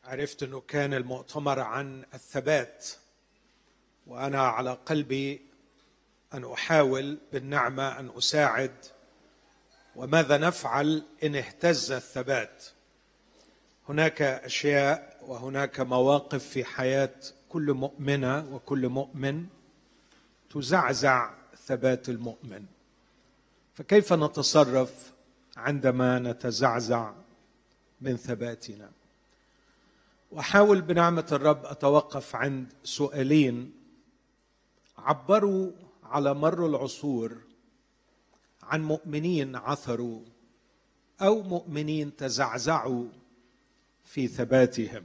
عرفت أنه كان المؤتمر عن الثبات، وأنا على قلبي أن أحاول بالنعمة أن أساعد. وماذا نفعل إن اهتز الثبات؟ هناك أشياء وهناك مواقف في حياة كل مؤمنة وكل مؤمن تزعزع ثبات المؤمن، فكيف نتصرف عندما نتزعزع من ثباتنا؟ وأحاول بنعمة الرب أتوقف عند سؤالين عبروا على مر العصور عن مؤمنين عثروا أو مؤمنين تزعزعوا في ثباتهم،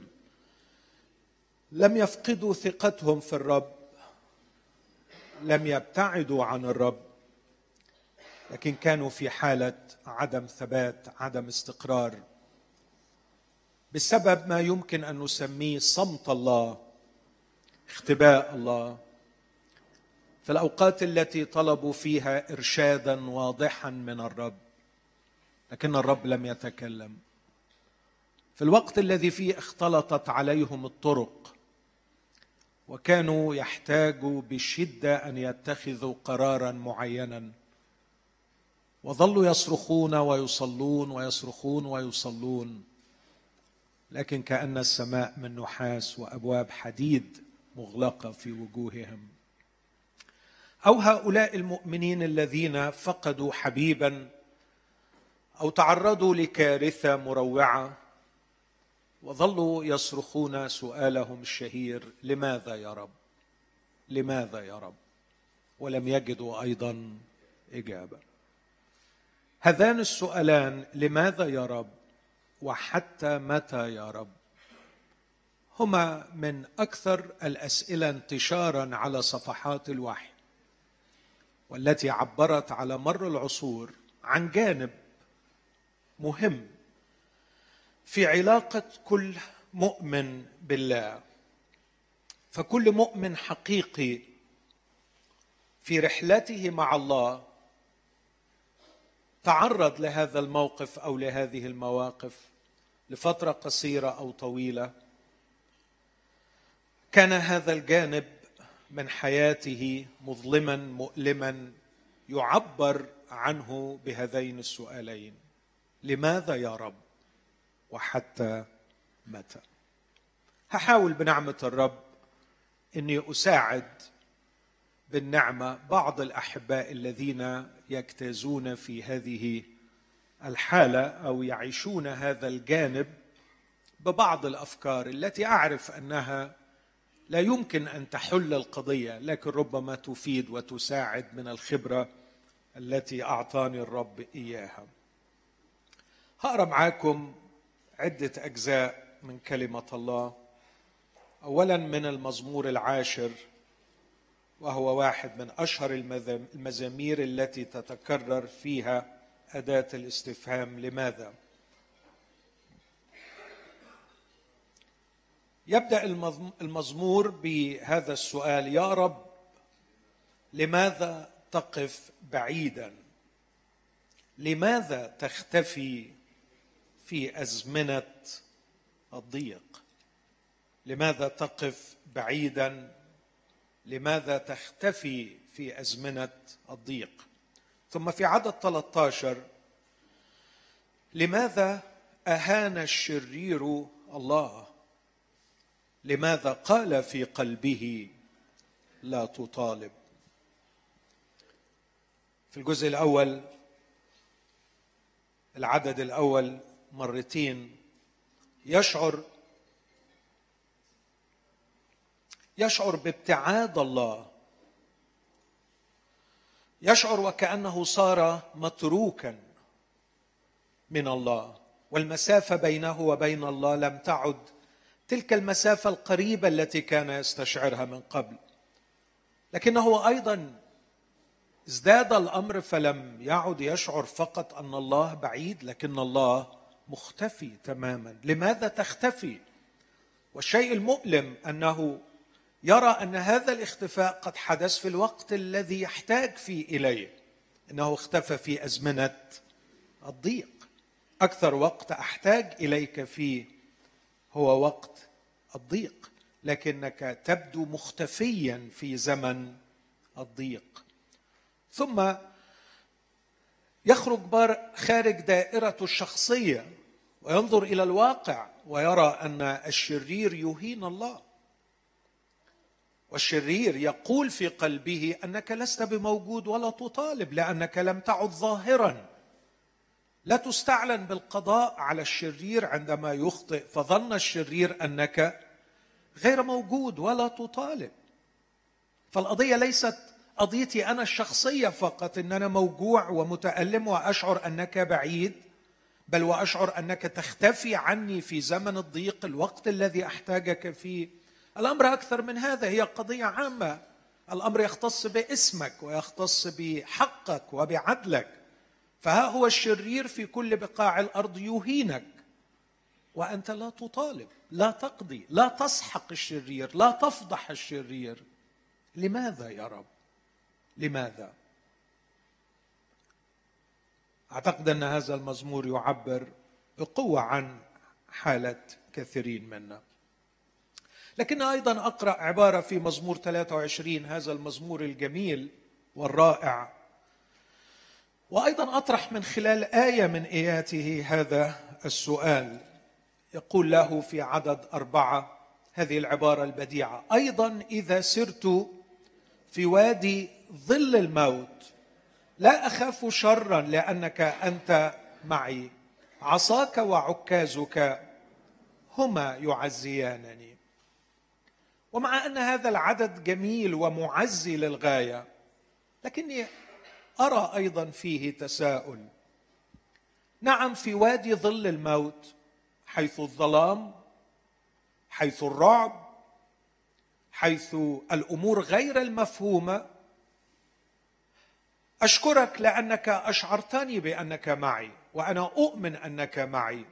لم يفقدوا ثقتهم في الرب، لم يبتعدوا عن الرب، لكن كانوا في حالة عدم ثبات، عدم استقرار، بسبب ما يمكن أن نسميه صمت الله، اختباء الله في الأوقات التي طلبوا فيها إرشادا واضحا من الرب، لكن الرب لم يتكلم. في الوقت الذي فيه اختلطت عليهم الطرق وكانوا يحتاجوا بشدة أن يتخذوا قرارا معينا، وظلوا يصرخون ويصلون ويصرخون ويصلون، لكن كأن السماء من نحاس وأبواب حديد مغلقة في وجوههم. أو هؤلاء المؤمنين الذين فقدوا حبيبا أو تعرضوا لكارثة مروعة وظلوا يصرخون سؤالهم الشهير: لماذا يا رب؟ لماذا يا رب؟ ولم يجدوا أيضا إجابة. هذان السؤالان، لماذا يا رب وحتى متى يا رب، هما من أكثر الأسئلة انتشارا على صفحات الوحي، والتي عبرت على مر العصور عن جانب مهم في علاقة كل مؤمن بالله. فكل مؤمن حقيقي في رحلته مع الله تعرض لهذا الموقف أو لهذه المواقف لفترة قصيرة أو طويلة. كان هذا الجانب من حياته مظلما مؤلما، يعبر عنه بهذين السؤالين: لماذا يا رب وحتى متى؟ هحاول بنعمة الرب أني أساعد بالنعمة بعض الأحباء الذين يجتازون في هذه الحالة أو يعيشون هذا الجانب ببعض الأفكار التي أعرف أنها لا يمكن أن تحل القضية، لكن ربما تفيد وتساعد من الخبرة التي أعطاني الرب إياها. هقرأ معاكم عدة أجزاء من كلمة الله. أولا من المزمور 10، وهو واحد من أشهر المزامير التي تتكرر فيها أداة الاستفهام لماذا. يبدأ المزمور بهذا السؤال: يا رب لماذا تقف بعيدا؟ لماذا تختفي في أزمنة الضيق؟ لماذا تقف بعيدا؟ لماذا تختفي في أزمنة الضيق؟ ثم في عدد 13: لماذا أهان الشرير الله؟ لماذا قال في قلبه لا تطالب؟ في الجزء الأول، العدد الأول مرتين، يشعر بابتعاد الله، يشعر وكأنه صار متروكا من الله، والمسافة بينه وبين الله لم تعد تلك المسافة القريبة التي كان يستشعرها من قبل. لكنه أيضا ازداد الأمر، فلم يعد يشعر فقط أن الله بعيد، لكن الله مختفي تماما. لماذا تختفي؟ والشيء المؤلم أنه يرى أن هذا الاختفاء قد حدث في الوقت الذي يحتاج فيه إليه، أنه اختفى في أزمنة الضيق. أكثر وقت أحتاج إليك فيه هو وقت الضيق، لكنك تبدو مختفيا في زمن الضيق. ثم يخرج خارج دائرة الشخصية وينظر إلى الواقع ويرى أن الشرير يهين الله، والشرير يقول في قلبه أنك لست بموجود ولا تطالب لأنك لم تعد ظاهرا. لا تستعلن بالقضاء على الشرير عندما يخطئ، فظن الشرير أنك غير موجود ولا تطالب. فالقضية ليست قضيتي أنا الشخصية فقط، إن أنا موجوع ومتألم وأشعر أنك بعيد، بل وأشعر أنك تختفي عني في زمن الضيق، الوقت الذي أحتاجك فيه. الأمر أكثر من هذا، هي قضية عامة. الأمر يختص باسمك ويختص بحقك وبعدلك. فها هو الشرير في كل بقاع الأرض يهينك، وأنت لا تطالب، لا تقضي، لا تسحق الشرير، لا تفضح الشرير. لماذا يا رب؟ لماذا؟ أعتقد أن هذا المزمور يعبر بقوة عن حالة كثيرين منا. لكن أيضا أقرأ عبارة في مزمور 23، هذا المزمور الجميل والرائع، وأيضا أطرح من خلال آية من آياته هذا السؤال. يقول له في عدد 4 هذه العبارة البديعة: أيضا إذا سرت في وادي ظل الموت لا أخاف شرا لأنك أنت معي، عصاك وعكازك هما يعزيانني. ومع أن هذا العدد جميل ومعزي للغاية، لكني أرى أيضا فيه تساؤل. نعم، في وادي ظل الموت، حيث الظلام، حيث الرعب، حيث الأمور غير المفهومة، أشكرك لأنك أشعرتني بأنك معي، وأنا أؤمن أنك معي.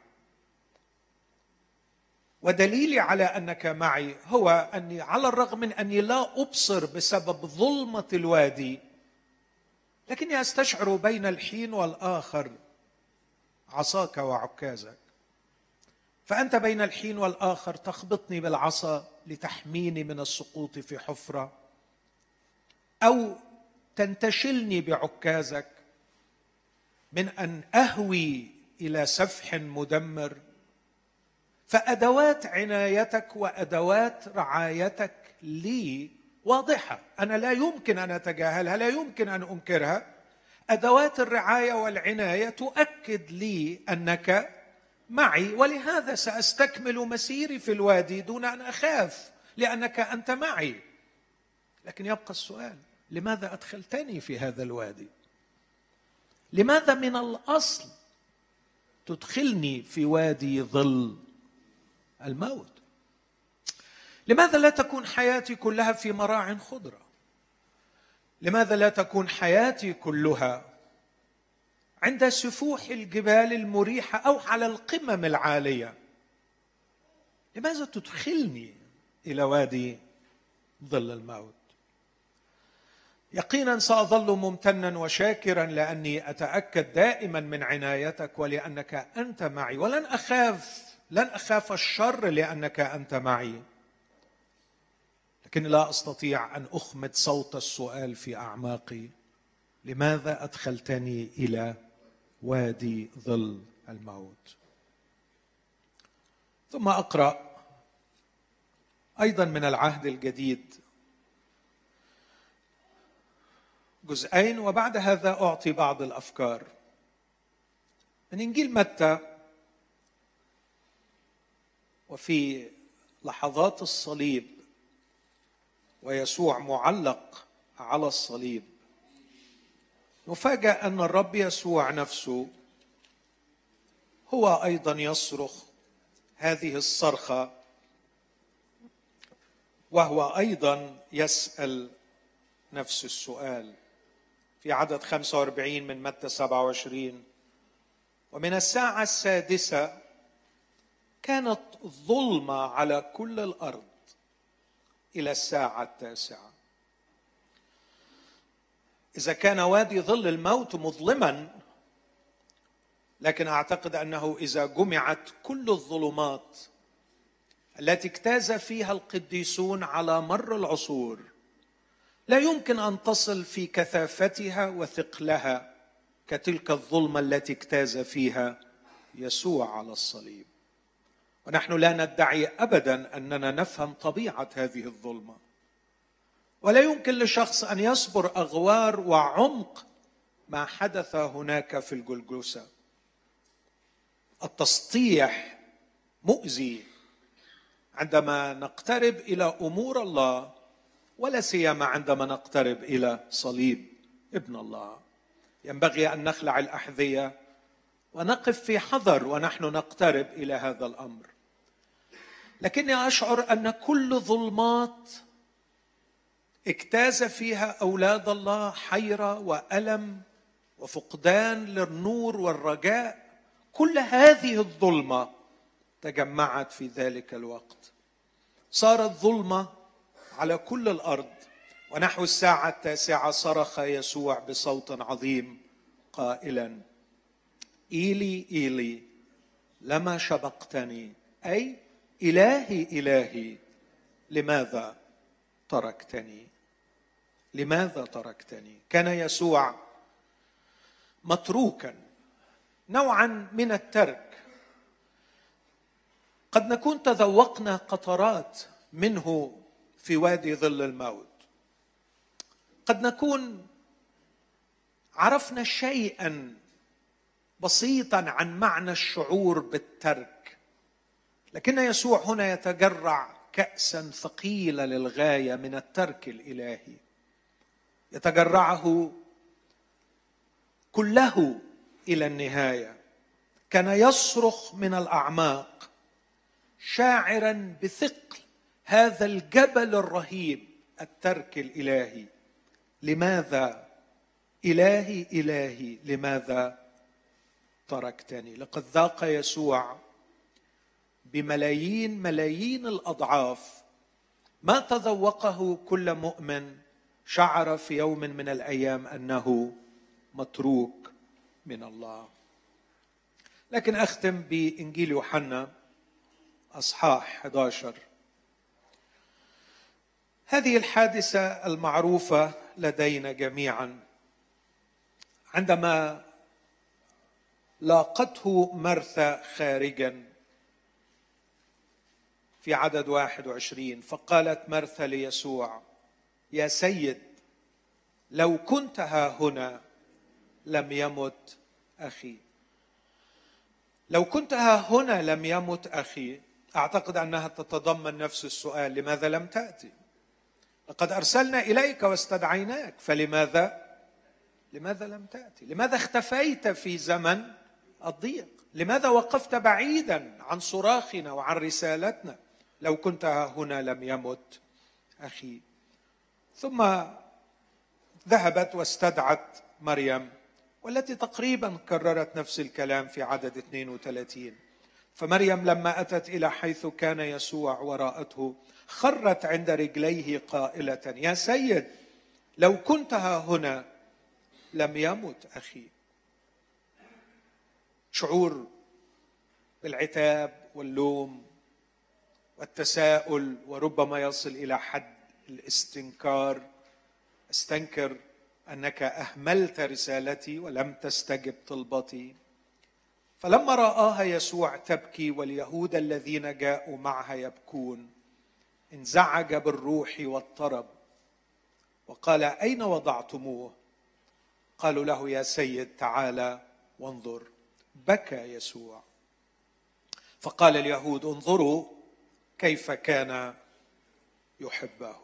ودليلي على أنك معي هو أني على الرغم من أني لا أبصر بسبب ظلمة الوادي، لكني أستشعر بين الحين والآخر عصاك وعكازك. فأنت بين الحين والآخر تخبطني بالعصا لتحميني من السقوط في حفرة، أو تنتشلني بعكازك من أن أهوي إلى سفح مدمر. فأدوات عنايتك وأدوات رعايتك لي واضحة، أنا لا يمكن أن أتجاهلها، لا يمكن أن أنكرها. أدوات الرعاية والعناية تؤكد لي أنك معي، ولهذا سأستكمل مسيري في الوادي دون أن أخاف لأنك أنت معي. لكن يبقى السؤال: لماذا أدخلتني في هذا الوادي؟ لماذا من الأصل تدخلني في وادي ظل الموت؟ لماذا لا تكون حياتي كلها في مراع خضرة؟ لماذا لا تكون حياتي كلها عند سفوح الجبال المريحة أو على القمم العالية؟ لماذا تدخلني إلى وادي ظل الموت؟ يقينا سأظل ممتنا وشاكرا لأني أتأكد دائما من عنايتك ولأنك أنت معي، ولن أخاف الشر لأنك أنت معي. لكن لا أستطيع أن أخمد صوت السؤال في أعماقي: لماذا أدخلتني إلى وادي ظل الموت؟ ثم أقرأ أيضا من العهد الجديد جزئين، وبعد هذا أعطي بعض الأفكار من إنجيل متى. وفي لحظات الصليب ويسوع معلق على الصليب، نفاجأ أن الرب يسوع نفسه هو أيضا يصرخ هذه الصرخة، وهو أيضا يسأل نفس السؤال. في عدد 45 من متى 27: ومن الساعة 6 كانت ظلمة على كل الأرض إلى الساعة 9. إذا كان وادي ظل الموت مظلما، لكن أعتقد أنه إذا جمعت كل الظلمات التي اجتاز فيها القديسون على مر العصور لا يمكن أن تصل في كثافتها وثقلها كتلك الظلمة التي اجتاز فيها يسوع على الصليب. ونحن لا ندعي أبدا أننا نفهم طبيعة هذه الظلمة، ولا يمكن لشخص أن يصبر أغوار وعمق ما حدث هناك في الجلجثة. التسطيح مؤذي عندما نقترب إلى أمور الله، ولا سيما عندما نقترب إلى صليب ابن الله. ينبغي أن نخلع الأحذية ونقف في حذر ونحن نقترب إلى هذا الأمر. لكني أشعر أن كل ظلمات اجتاز فيها أولاد الله حيرة وألم وفقدان للنور والرجاء، كل هذه الظلمة تجمعت في ذلك الوقت. صارت ظلمة على كل الأرض. ونحو الساعة 9 صرخ يسوع بصوت عظيم قائلا: إيلي إيلي لما شبقتني، أي إلهي إلهي لماذا تركتني؟ لماذا تركتني؟ كان يسوع متروكا، نوعا من الترك. قد نكون تذوقنا قطرات منه في وادي ظل الموت، قد نكون عرفنا شيئا بسيطا عن معنى الشعور بالترك، لكن يسوع هنا يتجرع كأسا ثقيلة للغاية من الترك الإلهي، يتجرعه كله إلى النهاية. كان يصرخ من الأعماق شاعرا بثقل هذا الجبل الرهيب، الترك الإلهي. لماذا إلهي إلهي لماذا تركتني؟ لقد ذاق يسوع بملايين الأضعاف ما تذوقه كل مؤمن شعر في يوم من الأيام أنه متروك من الله. لكن أختم بإنجيل يوحنا أصحاح 11. هذه الحادثة المعروفة لدينا جميعا، عندما لاقته مرثا خارجا في عدد 21، فقالت مرثا ليسوع: يا سيد، لو كنت ها هنا لم يمت أخي. لو كنت ها هنا لم يمت أخي، أعتقد أنها تتضمن نفس السؤال: لماذا لم تأتي؟ لقد أرسلنا إليك واستدعيناك، فلماذا لم تأتي؟ لماذا اختفيت في زمن الضيق؟ لماذا وقفت بعيدا عن صراخنا وعن رسالتنا؟ لو كنت ها هنا لم يمت أخي. ثم ذهبت واستدعت مريم، والتي تقريبا كررت نفس الكلام في عدد 32. فمريم لما أتت إلى حيث كان يسوع ورأته خرت عند رجليه قائلة: يا سيد، لو كنت ها هنا لم يمت أخي. شعور بالعتاب واللوم والتساؤل، وربما يصل إلى حد الاستنكار. استنكر أنك أهملت رسالتي ولم تستجب طلبتي. فلما رآها يسوع تبكي واليهود الذين جاءوا معها يبكون، انزعج بالروح واضطرب وقال: أين وضعتموه؟ قالوا له: يا سيد تعالى وانظر. بكى يسوع. فقال اليهود: انظروا كيف كان يحبه.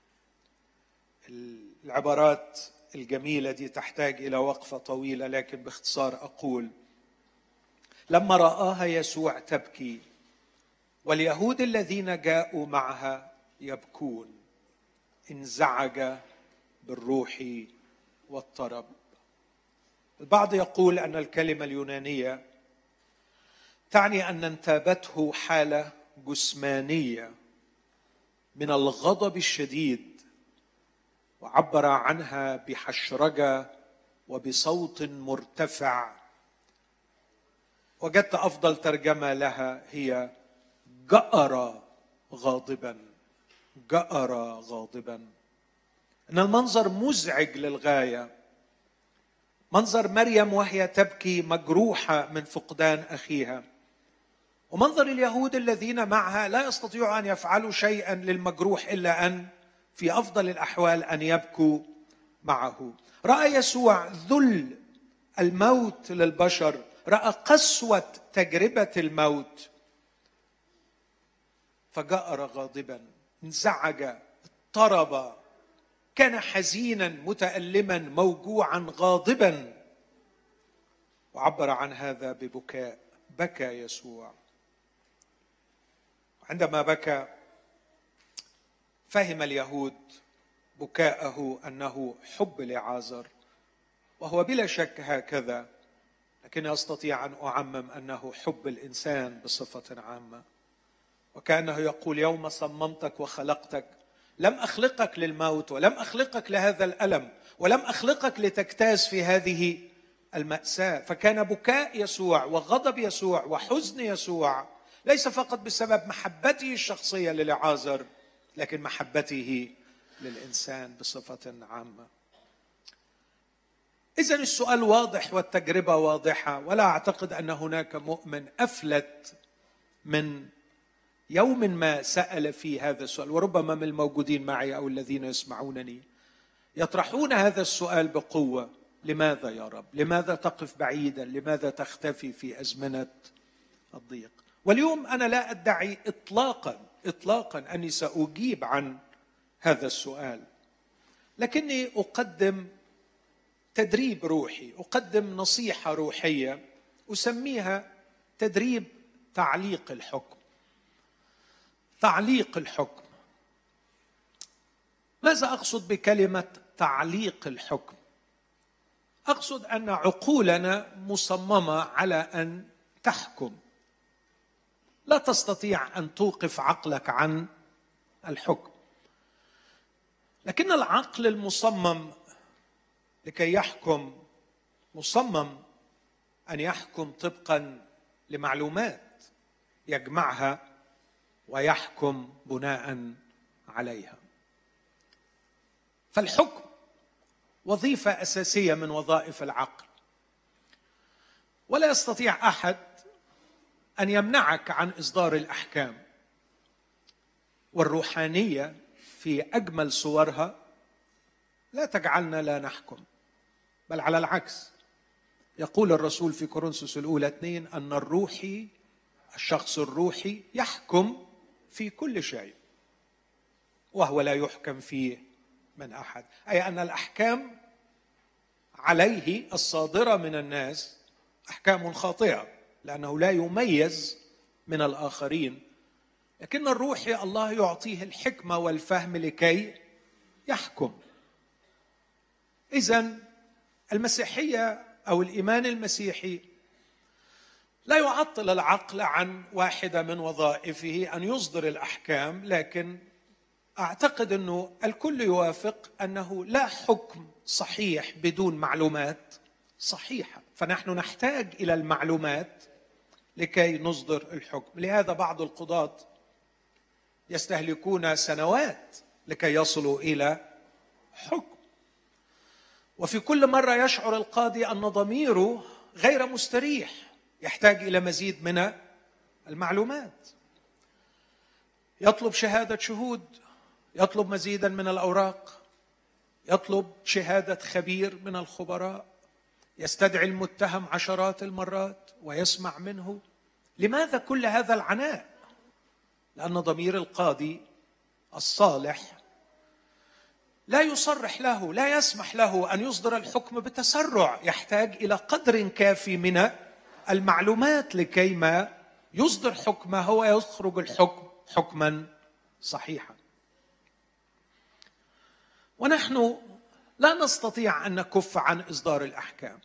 العبارات الجميلة دي تحتاج إلى وقفة طويلة، لكن باختصار أقول: لما رآها يسوع تبكي واليهود الذين جاءوا معها يبكون، انزعج بالروح واضطرب. البعض يقول أن الكلمة اليونانية تعني أن انتابته حالة جسمانية من الغضب الشديد، وعبر عنها بحشرجة وبصوت مرتفع. وجدت أفضل ترجمة لها هي جأر غاضبا، جأر غاضبا. إن المنظر مزعج للغاية، منظر مريم وهي تبكي مجروحة من فقدان أخيها، ومنظر اليهود الذين معها لا يستطيعوا أن يفعلوا شيئا للمجروح إلا أن في أفضل الأحوال أن يبكوا معه. رأى يسوع ذل الموت للبشر، رأى قسوة تجربة الموت، فجأر غاضبا، انزعج، اضطرب، كان حزينا متألما موجوعا غاضبا، وعبر عن هذا ببكاء. بكى يسوع. عندما بكى فهم اليهود بكاءه أنه حب لعازر، وهو بلا شك هكذا، لكن أستطيع أن أعمم أنه حب الإنسان بصفة عامة. وكأنه يقول: يوم صممتك وخلقتك لم أخلقك للموت، ولم أخلقك لهذا الألم، ولم أخلقك لتجتاز في هذه المأساة. فكان بكاء يسوع وغضب يسوع وحزن يسوع ليس فقط بسبب محبته الشخصية للعازر، لكن محبته للإنسان بصفة عامة. إذن السؤال واضح والتجربة واضحة، ولا أعتقد أن هناك مؤمن أفلت من يوم ما سأل في هذا السؤال، وربما من الموجودين معي أو الذين يسمعونني يطرحون هذا السؤال بقوة: لماذا يا رب؟ لماذا تقف بعيدا؟ لماذا تختفي في أزمنة الضيق؟ واليوم أنا لا أدعي إطلاقا أني سأجيب عن هذا السؤال، لكني أقدم تدريب روحي، أقدم نصيحة روحية أسميها تدريب تعليق الحكم. تعليق الحكم. ماذا أقصد بكلمة تعليق الحكم؟ أقصد أن عقولنا مصممة على أن تحكم، لا تستطيع أن توقف عقلك عن الحكم. لكن العقل المصمم لكي يحكم مصمم أن يحكم طبقا لمعلومات يجمعها ويحكم بناء عليها. فالحكم وظيفة أساسية من وظائف العقل، ولا يستطيع أحد أن يمنعك عن إصدار الأحكام. والروحانية في أجمل صورها لا تجعلنا لا نحكم، بل على العكس. يقول الرسول في كورنثوس الأولى 2 أن الروحي، الشخص الروحي، يحكم في كل شيء وهو لا يحكم فيه من أحد. أي أن الأحكام عليه الصادرة من الناس أحكام خاطئة، لأنه لا يميز من الآخرين. لكن الروحي الله يعطيه الحكمة والفهم لكي يحكم. إذن المسيحية أو الإيمان المسيحي لا يعطل العقل عن واحدة من وظائفه أن يصدر الأحكام، لكن أعتقد أنه الكل يوافق أنه لا حكم صحيح بدون معلومات صحيحة، فنحن نحتاج إلى المعلومات لكي نصدر الحكم. لهذا بعض القضاة يستهلكون سنوات لكي يصلوا إلى حكم، وفي كل مرة يشعر القاضي أن ضميره غير مستريح، يحتاج إلى مزيد من المعلومات، يطلب شهادة شهود، يطلب مزيدا من الأوراق، يطلب شهادة خبير من الخبراء، يستدعي المتهم عشرات المرات ويسمع منه. لماذا كل هذا العناء؟ لأن ضمير القاضي الصالح لا يصرح له، لا يسمح له أن يصدر الحكم بتسرع، يحتاج إلى قدر كافي من المعلومات لكي ما يصدر حكمه ويخرج الحكم حكما صحيحا. ونحن لا نستطيع أن نكف عن إصدار الأحكام.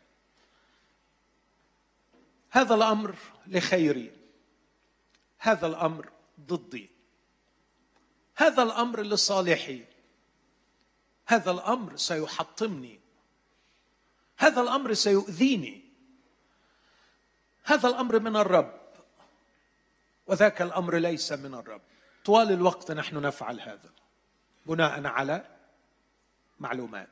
هذا الأمر لخيري، هذا الأمر ضدي، هذا الأمر لصالحي، هذا الأمر سيحطمني، هذا الأمر سيؤذيني، هذا الأمر من الرب وذاك الأمر ليس من الرب. طوال الوقت نحن نفعل هذا بناء على معلومات.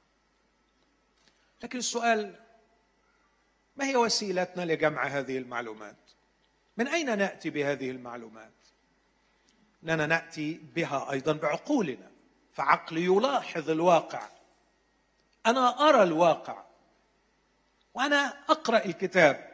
لكن السؤال: ما هي وسيلتنا لجمع هذه المعلومات؟ من أين نأتي بهذه المعلومات؟ أننا نأتي بها أيضا بعقولنا، فعقلي يلاحظ الواقع، أنا أرى الواقع وأنا أقرأ الكتاب،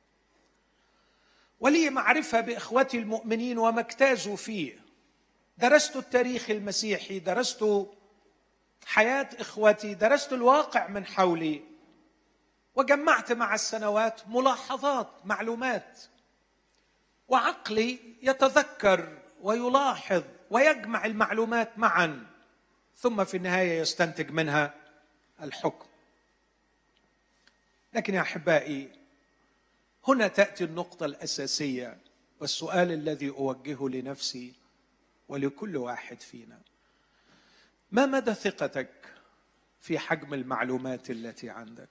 ولي معرفة بإخوتي المؤمنين وما اجتازوا فيه. درست التاريخ المسيحي، درست حياة إخوتي، درست الواقع من حولي، وجمعت مع السنوات ملاحظات، معلومات، وعقلي يتذكر ويلاحظ ويجمع المعلومات معا، ثم في النهاية يستنتج منها الحكم. لكن يا أحبائي، هنا تأتي النقطة الأساسية والسؤال الذي أوجهه لنفسي ولكل واحد فينا: ما مدى ثقتك في حجم المعلومات التي عندك؟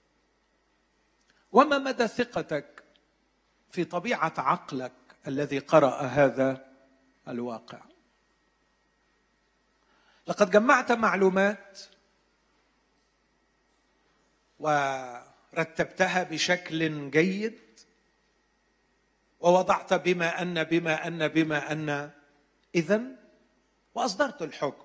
وما مدى ثقتك في طبيعة عقلك الذي قرأ هذا الواقع؟ لقد جمعت معلومات ورتبتها بشكل جيد، ووضعت بما أن إذن، وأصدرت الحكم.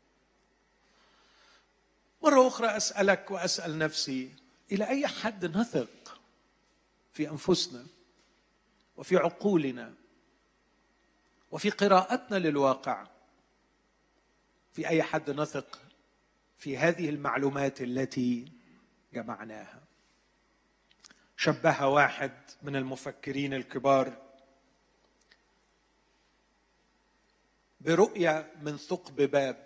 مرة أخرى أسألك وأسأل نفسي: إلى أي حد نثق في أنفسنا وفي عقولنا وفي قراءتنا للواقع؟ في أي حد نثق في هذه المعلومات التي جمعناها؟ شبه واحد من المفكرين الكبار برؤية من ثقب باب.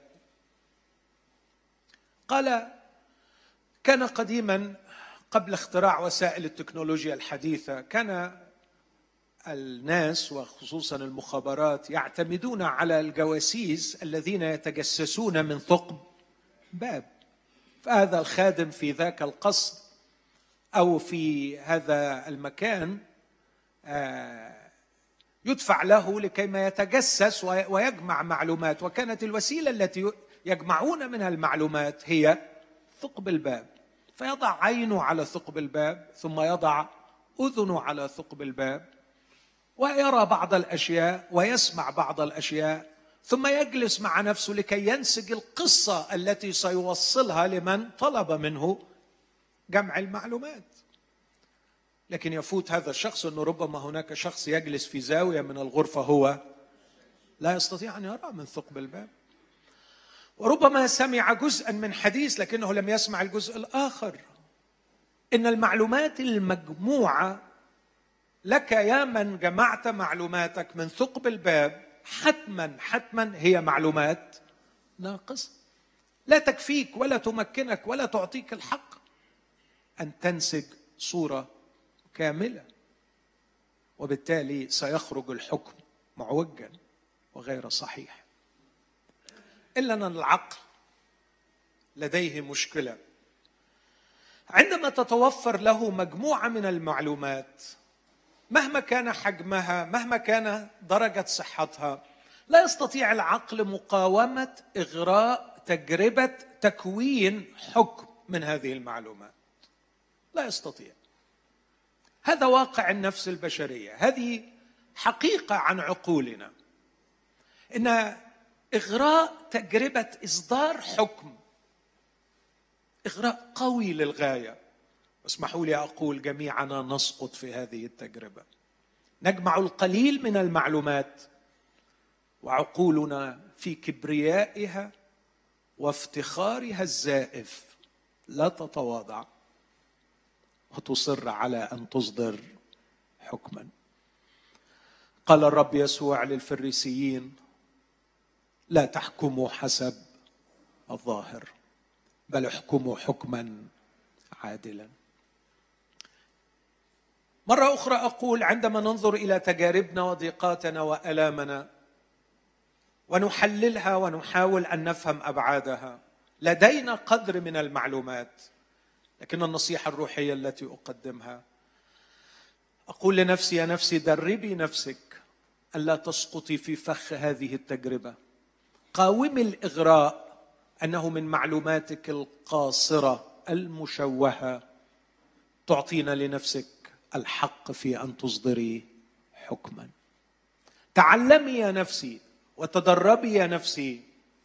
قال: كان قديما قبل اختراع وسائل التكنولوجيا الحديثة، كان الناس وخصوصا المخابرات يعتمدون على الجواسيس الذين يتجسسون من ثقب باب. فهذا الخادم في ذاك القصر أو في هذا المكان يدفع له لكي ما يتجسس ويجمع معلومات، وكانت الوسيلة التي يجمعون منها المعلومات هي ثقب الباب. فيضع عينه على ثقب الباب، ثم يضع أذنه على ثقب الباب، ويرى بعض الأشياء ويسمع بعض الأشياء، ثم يجلس مع نفسه لكي ينسج القصة التي سيوصلها لمن طلب منه جمع المعلومات. لكن يفوت هذا الشخص أنه ربما هناك شخص يجلس في زاوية من الغرفة هو لا يستطيع أن يرى من ثقب الباب، وربما سمع جزءا من حديث لكنه لم يسمع الجزء الآخر. إن المعلومات المجموعة لك يا من جمعت معلوماتك من ثقب الباب حتما هي معلومات ناقصة، لا تكفيك ولا تمكنك ولا تعطيك الحق أن تنسج صورة كاملة، وبالتالي سيخرج الحكم معوجا وغير صحيح. إلا أن العقل لديه مشكلة. عندما تتوفر له مجموعة من المعلومات مهما كان حجمها، مهما كان درجة صحتها، لا يستطيع العقل مقاومة إغراء تجربة تكوين حكم من هذه المعلومات. لا يستطيع. هذا واقع النفس البشرية، هذه حقيقة عن عقولنا، إن إغراء تجربة إصدار حكم إغراء قوي للغاية. اسمحوا لي أقول جميعنا نسقط في هذه التجربة. نجمع القليل من المعلومات وعقولنا في كبريائها وافتخارها الزائف لا تتواضع وتصر على أن تصدر حكما. قال الرب يسوع للفريسيين: لا تحكموا حسب الظاهر بل احكموا حكما عادلا. مرة أخرى أقول: عندما ننظر إلى تجاربنا وضيقاتنا وآلامنا ونحللها ونحاول أن نفهم أبعادها، لدينا قدر من المعلومات، لكن النصيحة الروحية التي أقدمها أقول لنفسي: يا نفسي دربي نفسك أن لا تسقطي في فخ هذه التجربة. قاومي الإغراء، أنه من معلوماتك القاصرة المشوهة تعطين لنفسك الحق في أن تصدري حكما. تعلمي يا نفسي وتدربي يا نفسي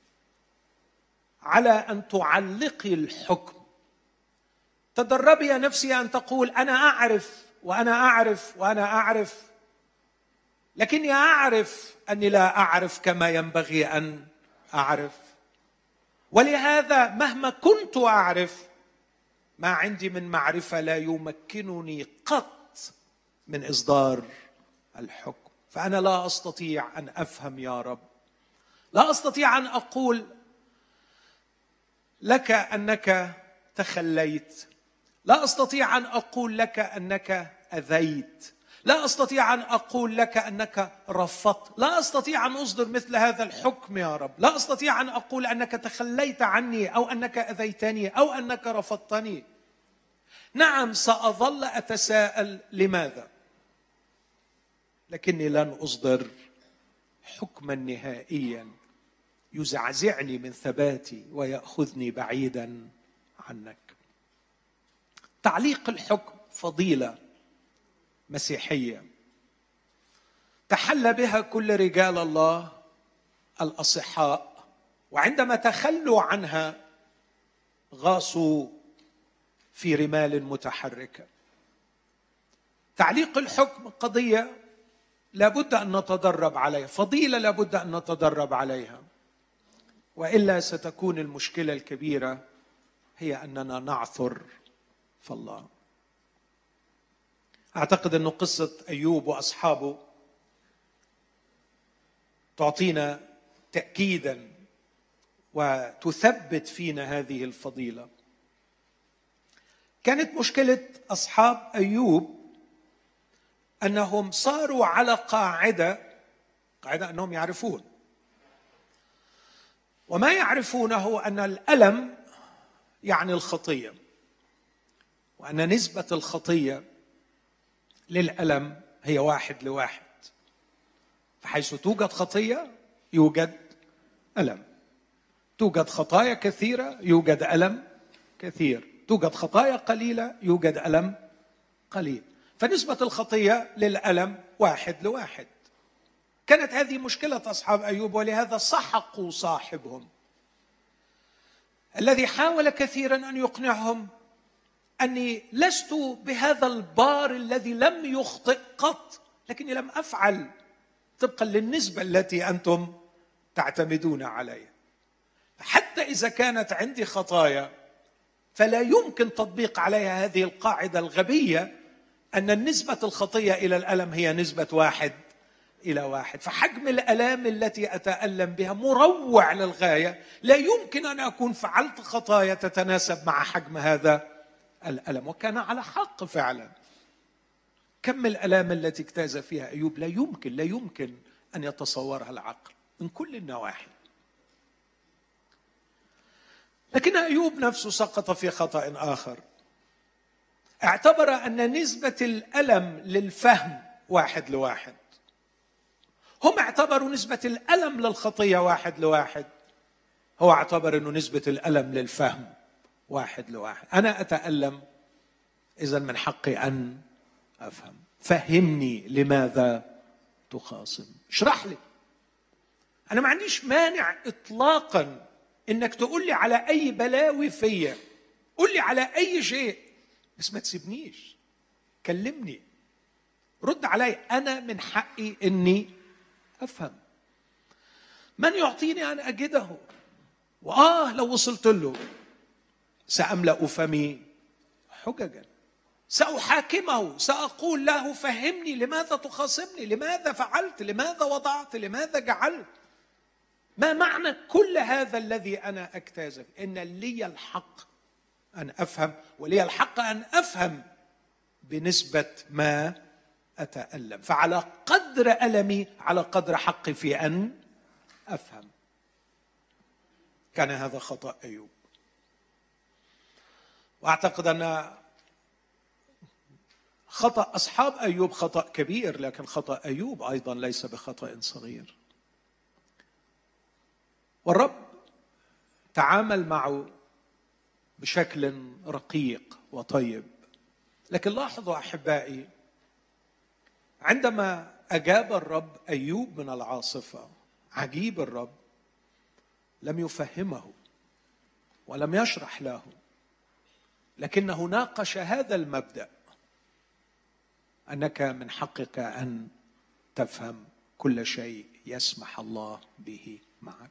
على أن تعلقي الحكم. تدربي يا نفسي أن تقول أنا أعرف وأنا أعرف وأنا أعرف، لكني أعرف أني لا أعرف كما ينبغي أن أعرف، ولهذا مهما كنت أعرف ما عندي من معرفة لا يمكنني قط من إصدار الحكم. فأنا لا أستطيع أن أفهم يا رب، لا أستطيع أن أقول لك أنك تخليت، لا أستطيع أن أقول لك أنك أذيت، لا أستطيع أن أقول لك أنك رفضت، لا أستطيع أن أصدر مثل هذا الحكم يا رب. لا أستطيع أن أقول أنك تخليت عني أو أنك أذيتني أو أنك رفضتني. نعم، سأظل أتساءل لماذا، لكني لن أصدر حكما نهائيا يزعزعني من ثباتي ويأخذني بعيدا عنك. تعليق الحكم فضيلة مسيحية تحلى بها كل رجال الله الأصحاء، وعندما تخلوا عنها غاصوا في رمال متحركة. تعليق الحكم قضية لابد أن نتدرب عليها، فضيلة لابد أن نتدرب عليها، وإلا ستكون المشكلة الكبيرة هي أننا نعثر في الله. أعتقد أن قصة أيوب وأصحابه تعطينا تأكيدا وتثبت فينا هذه الفضيلة. كانت مشكلة أصحاب أيوب أنهم صاروا على قاعدة أنهم يعرفون، وما يعرفونه أن الألم يعني الخطية، وأن نسبة الخطية للألم هي 1:1. فحيث توجد خطية يوجد ألم، توجد خطايا كثيرة يوجد ألم كثير، توجد خطايا قليلة يوجد ألم قليل. فنسبة الخطية للألم 1:1. كانت هذه مشكلة أصحاب أيوب، ولهذا سحقوا صاحبهم الذي حاول كثيرا أن يقنعهم أني لست بهذا البار الذي لم يخطئ قط، لكني لم أفعل طبقا للنسبة التي أنتم تعتمدون عليها. حتى إذا كانت عندي خطايا فلا يمكن تطبيق عليها هذه القاعدة الغبية أن النسبة الخطية إلى الألم هي نسبة 1:1. فحجم الآلام التي أتألم بها مروع للغاية، لا يمكن أن أكون فعلت خطايا تتناسب مع حجم هذا الألم. وكان على حق فعلا. كم الآلام التي اجتاز فيها أيوب لا يمكن أن يتصورها العقل من كل النواحي. لكن أيوب نفسه سقط في خطأ آخر، اعتبر أن نسبة الألم للفهم 1:1. هم اعتبروا نسبة الألم للخطية 1:1، هو اعتبر أنه نسبة الألم للفهم 1:1. أنا أتألم، إذن من حقي أن أفهم. فهمني لماذا تخاصم، اشرح لي. أنا ما عنديش مانع إطلاقا إنك تقول لي على أي بلاوي فيا، قول لي على أي شيء، بس ما تسيبنيش، كلمني، رد علي. أنا من حقي إني أفهم. من يعطيني أن أجده؟ لو وصلت له سأملأ فمي حججا، سأحاكمه، سأقول له فهمني لماذا تخاصمني، لماذا فعلت، لماذا وضعت، لماذا جعلت، ما معنى كل هذا الذي أنا أجتازه. إن لي الحق أن أفهم، ولي الحق أن أفهم بنسبة ما أتألم. فعلى قدر ألمي على قدر حقي في أن أفهم. كان هذا خطأ أيوب. وأعتقد أن خطأ أصحاب أيوب خطأ كبير، لكن خطأ أيوب أيضا ليس بخطأ صغير. والرب تعامل معه بشكل رقيق وطيب. لكن لاحظوا أحبائي، عندما أجاب الرب أيوب من العاصفة، عجيب الرب لم يفهمه ولم يشرح له، لكنه ناقش هذا المبدأ: أنك من حقك أن تفهم كل شيء يسمح الله به معك.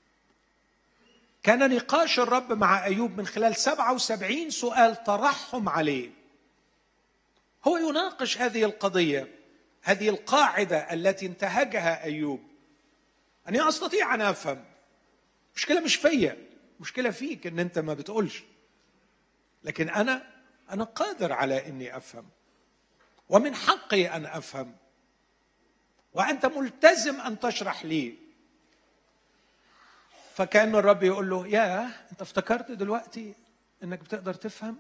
كان نقاش الرب مع أيوب من خلال 77 سؤال طرحهم عليه. هو يناقش هذه القضية، هذه القاعدة التي انتهجها أيوب: أني أستطيع أن أفهم. مشكلة مش فيا، مشكلة فيك أن أنت ما بتقولش، لكن أنا قادر على أني أفهم، ومن حقي أن أفهم، وأنت ملتزم أن تشرح لي. فكأن الرب يقول له: يا أنت افتكرت دلوقتي أنك بتقدر تفهم؟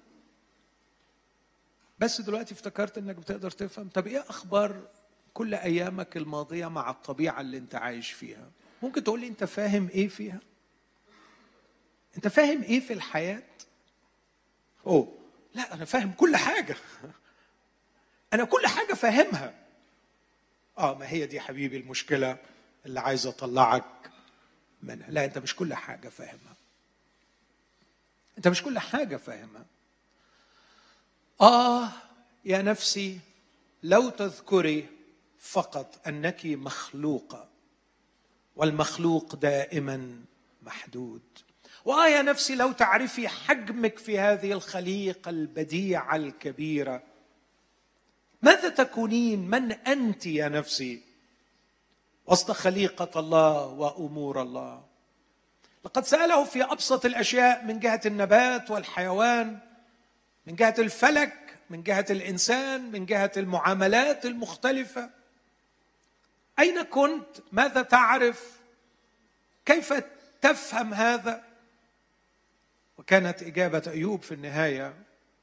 بس دلوقتي افتكرت أنك بتقدر تفهم؟ طب إيه أخبار كل أيامك الماضية مع الطبيعة اللي أنت عايش فيها؟ ممكن تقول لي أنت فاهم إيه فيها؟ أنت فاهم إيه في الحياة؟ أوه لا، أنا فاهم كل حاجة. أنا كل حاجة فاهمها. ما هي دي حبيبي المشكلة اللي عايز أطلعك منها. لا، أنت مش كل حاجة فاهمها. أنت مش كل حاجة فاهمها. يا نفسي لو تذكري فقط أنك مخلوقة، والمخلوق دائما محدود. يا نفسي لو تعرفي حجمك في هذه الخليقة البديعة الكبيرة، ماذا تكونين؟ من أنت يا نفسي وسط خليقة الله وأمور الله؟ لقد سأله في أبسط الأشياء، من جهة النبات والحيوان، من جهة الفلك، من جهة الإنسان، من جهة المعاملات المختلفة. أين كنت؟ ماذا تعرف؟ كيف تفهم هذا؟ وكانت إجابة أيوب في النهاية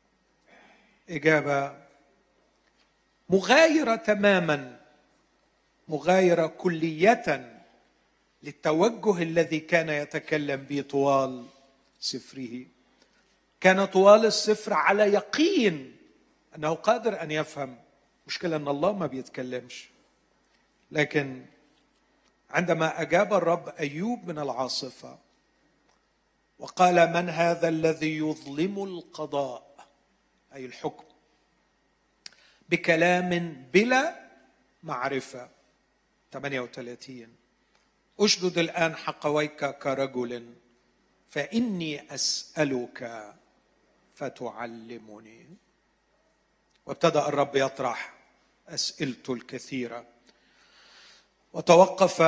إجابة مغايرة تماما، مغايرة كلية للتوجه الذي كان يتكلم به طوال سفره. كان طوال السفر على يقين أنه قادر أن يفهم. مشكلة أن الله ما بيتكلمش. لكن عندما أجاب الرب أيوب من العاصفة وقال: من هذا الذي يظلم القضاء، أي الحكم، بكلام بلا معرفة. 38: أشدد الآن حقويك كرجل، فإني أسألك فتعلمني. وابتدأ الرب يطرح أسئلته الكثيرة. وتوقف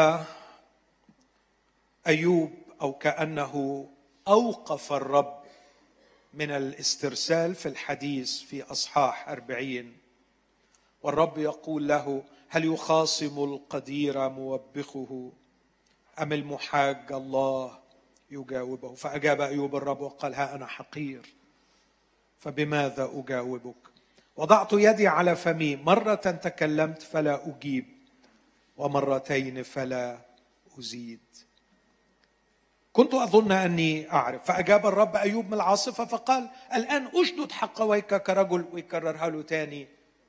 أيوب، أو كأنه أوقف الرب من الاسترسال في الحديث في أصحاح 40. والرب يقول له: هل يخاصم القدير موبخه، أم المحاج الله يجاوبه؟ فأجاب أيوب الرب وقال: ها أنا حقير، فبماذا أجاوبك؟ وضعت يدي على فمي، مرة تكلمت فلا أجيب، ومرتين فلا أزيد. كنت أظن أني أعرف. فأجاب الرب أيوب من العاصفة فقال: الآن أشدد حقويك كرجل. ويكررها له تاني.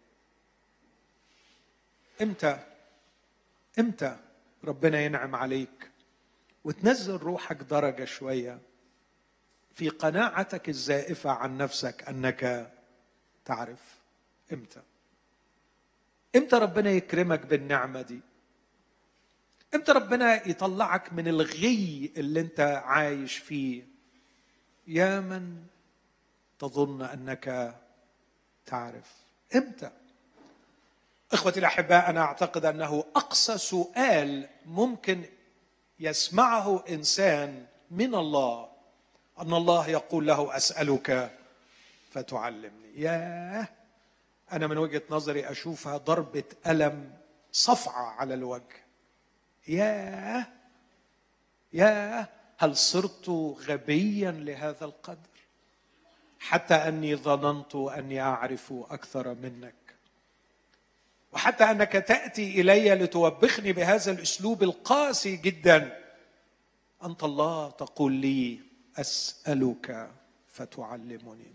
إمتى ربنا ينعم عليك وتنزل روحك درجة شوية في قناعتك الزائفة عن نفسك أنك تعرف؟ إمتى ربنا يكرمك بالنعمة دي؟ إمتى ربنا يطلعك من الغي اللي أنت عايش فيه؟ يا من تظن أنك تعرف. إمتى؟ إخوتي الأحباء، أنا أعتقد أنه أقصى سؤال ممكن يسمعه إنسان من الله أن الله يقول له: أسألك فتعلمني. ياه، أنا من وجهة نظري أشوفها ضربة ألم صفعة على الوجه. ياه، هل صرت غبيا لهذا القدر حتى أني ظننت أني أعرف أكثر منك؟ وحتى أنك تأتي إلي لتوبخني بهذا الأسلوب القاسي جدا، أنت الله تقول لي أسألك فتعلمني.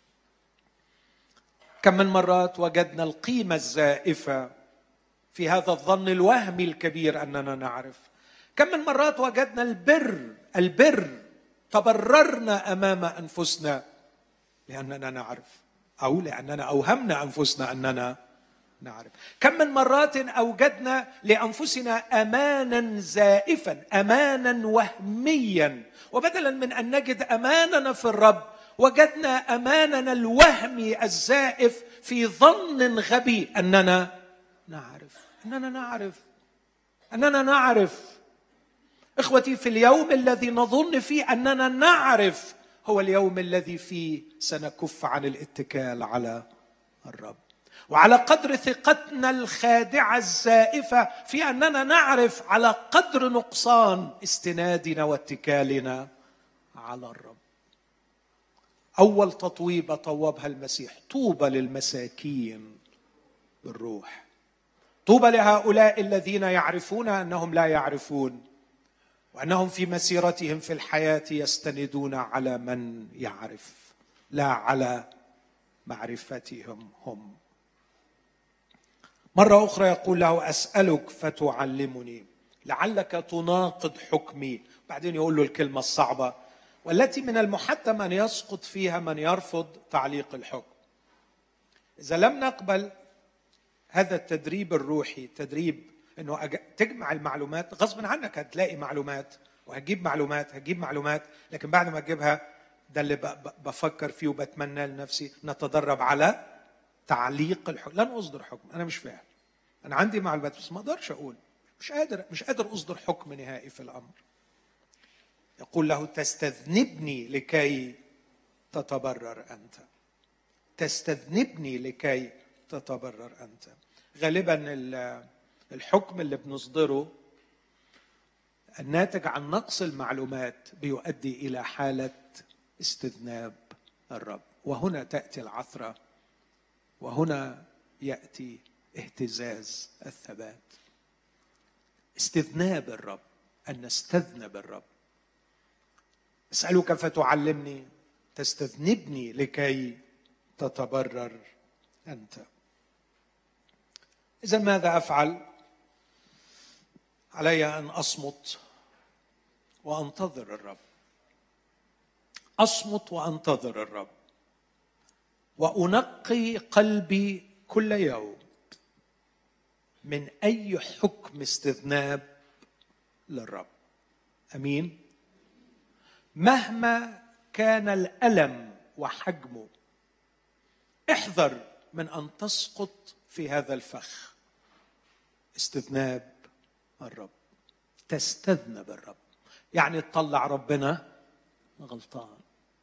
كم من مرات وجدنا القيمة الزائفة في هذا الظن الوهمي الكبير أننا نعرف. كم من مرات وجدنا البر تبررنا أمام أنفسنا لأننا نعرف، أو لأننا أوهمنا أنفسنا أننا نعرف. كم من مرات أوجدنا لأنفسنا أمانا زائفا، أمانا وهميا، وبدلا من أن نجد أماننا في الرب وجدنا أماننا الوهمي الزائف في ظن غبي أننا نعرف. إخوتي، في اليوم الذي نظن فيه أننا نعرف هو اليوم الذي فيه سنكف عن الاتكال على الرب. وعلى قدر ثقتنا الخادعة الزائفة في أننا نعرف، على قدر نقصان استنادنا واتكالنا على الرب. أول تطويبة طوبها المسيح: طوبى للمساكين بالروح. طوبى لهؤلاء الذين يعرفون أنهم لا يعرفون، وأنهم في مسيرتهم في الحياة يستندون على من يعرف لا على معرفتهم هم. مرة أخرى يقول له: أسألك فتعلمني لعلك تناقض حكمي. بعدين يقول له الكلمة الصعبة والتي من المحتم أن يسقط فيها من يرفض تعليق الحكم. إذا لم نقبل هذا التدريب الروحي، تدريب أنه تجمع المعلومات، غصبا عنك هتلاقي معلومات وهتجيب معلومات، لكن بعد ما تجيبها ده اللي بفكر فيه وبتمنى لنفسي، نتدرب على تعليق الحكم. لن أصدر حكم، أنا مش فاهم، أنا عندي معلومات بس ما أقدرش أقول، مش قادر أصدر حكم نهائي في الأمر. يقول له: تستذنبني لكي تتبرر أنت. تستذنبني لكي تتبرر أنت. غالبا الحكم اللي بنصدره الناتج عن نقص المعلومات بيؤدي إلى حالة استذناب الرب، وهنا تأتي العثرة، وهنا يأتي اهتزاز الثبات. استذناب الرب، أن نستذنب الرب. أسألك فتعلمني، تستذنبني لكي تتبرر أنت. إذا ماذا أفعل؟ علي أن أصمت وأنتظر الرب. أصمت وأنتظر الرب، وأنقي قلبي كل يوم من أي حكم استذناب للرب. أمين. مهما كان الألم وحجمه، احذر من أن تسقط في هذا الفخ، استذناب الرب. تستذنب الرب يعني تطلع ربنا غلطان.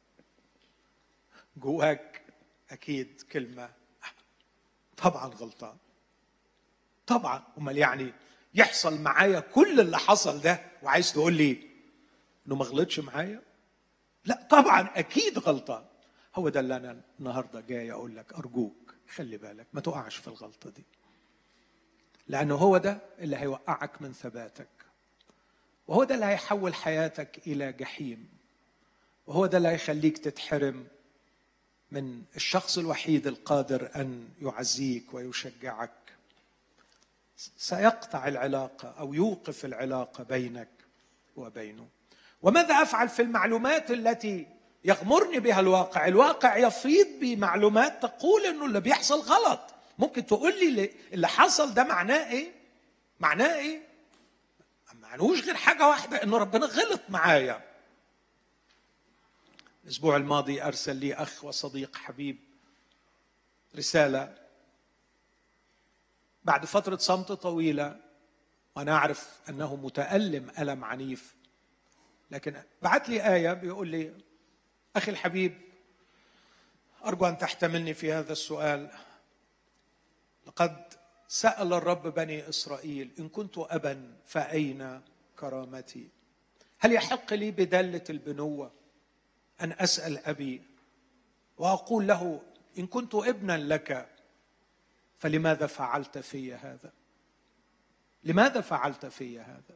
جواك أكيد كلمة طبعا غلطان، طبعا. أمال يعني يحصل معايا كل اللي حصل ده وعايز تقول لي إنه ما غلطش معايا؟ لا طبعا أكيد غلطان. هو ده اللي أنا النهاردة جاي أقول لك: أرجوك خلي بالك ما تقعش في الغلطة دي، لأنه هو ده اللي هيوقعك من ثباتك، وهو ده اللي هيحول حياتك إلى جحيم، وهو ده اللي هيخليك تتحرم من الشخص الوحيد القادر أن يعزيك ويشجعك. سيقطع العلاقة أو يوقف العلاقة بينك وبينه. وماذا أفعل في المعلومات التي يغمرني بها الواقع؟ الواقع يفيض بمعلومات تقول إنه اللي بيحصل غلط. ممكن تقول لي اللي حصل ده معناه إيه؟ معنوش غير حاجة واحدة، إنه ربنا غلط معايا. الأسبوع الماضي أرسل لي أخ وصديق حبيب رسالة بعد فترة صمت طويلة، وأنا أعرف أنه متألم ألم عنيف، لكن بعت لي آية بيقول لي: أخي الحبيب، أرجو أن تحتملني في هذا السؤال. لقد سأل الرب بني إسرائيل: إن كنت أبا فأين كرامتي؟ هل يحق لي بدلة البنوة أن أسأل أبي وأقول له: إن كنت ابنا لك فلماذا فعلت في هذا؟ لماذا فعلت في هذا؟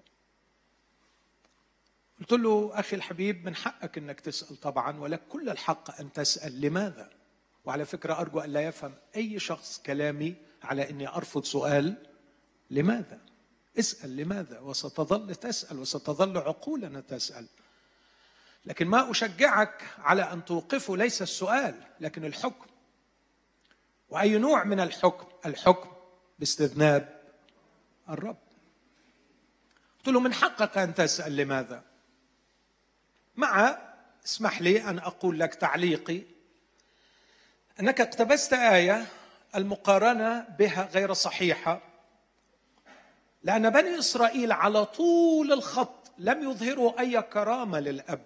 قلت له أخي الحبيب، من حقك أنك تسأل طبعا، ولك كل الحق أن تسأل لماذا. وعلى فكرة أرجو أن لا يفهم أي شخص كلامي على أني أرفض سؤال لماذا. اسأل لماذا، وستظل تسأل، وستظل عقولنا تسأل. لكن ما أشجعك على أن توقفه ليس السؤال لكن الحكم. وأي نوع من الحكم؟ الحكم باستذناب الرب. قلت له من حقك أن تسأل لماذا، مع اسمح لي أن أقول لك تعليقي أنك اقتبست آية المقارنة بها غير صحيحة، لأن بني إسرائيل على طول الخط لم يظهروا أي كرامة للأب،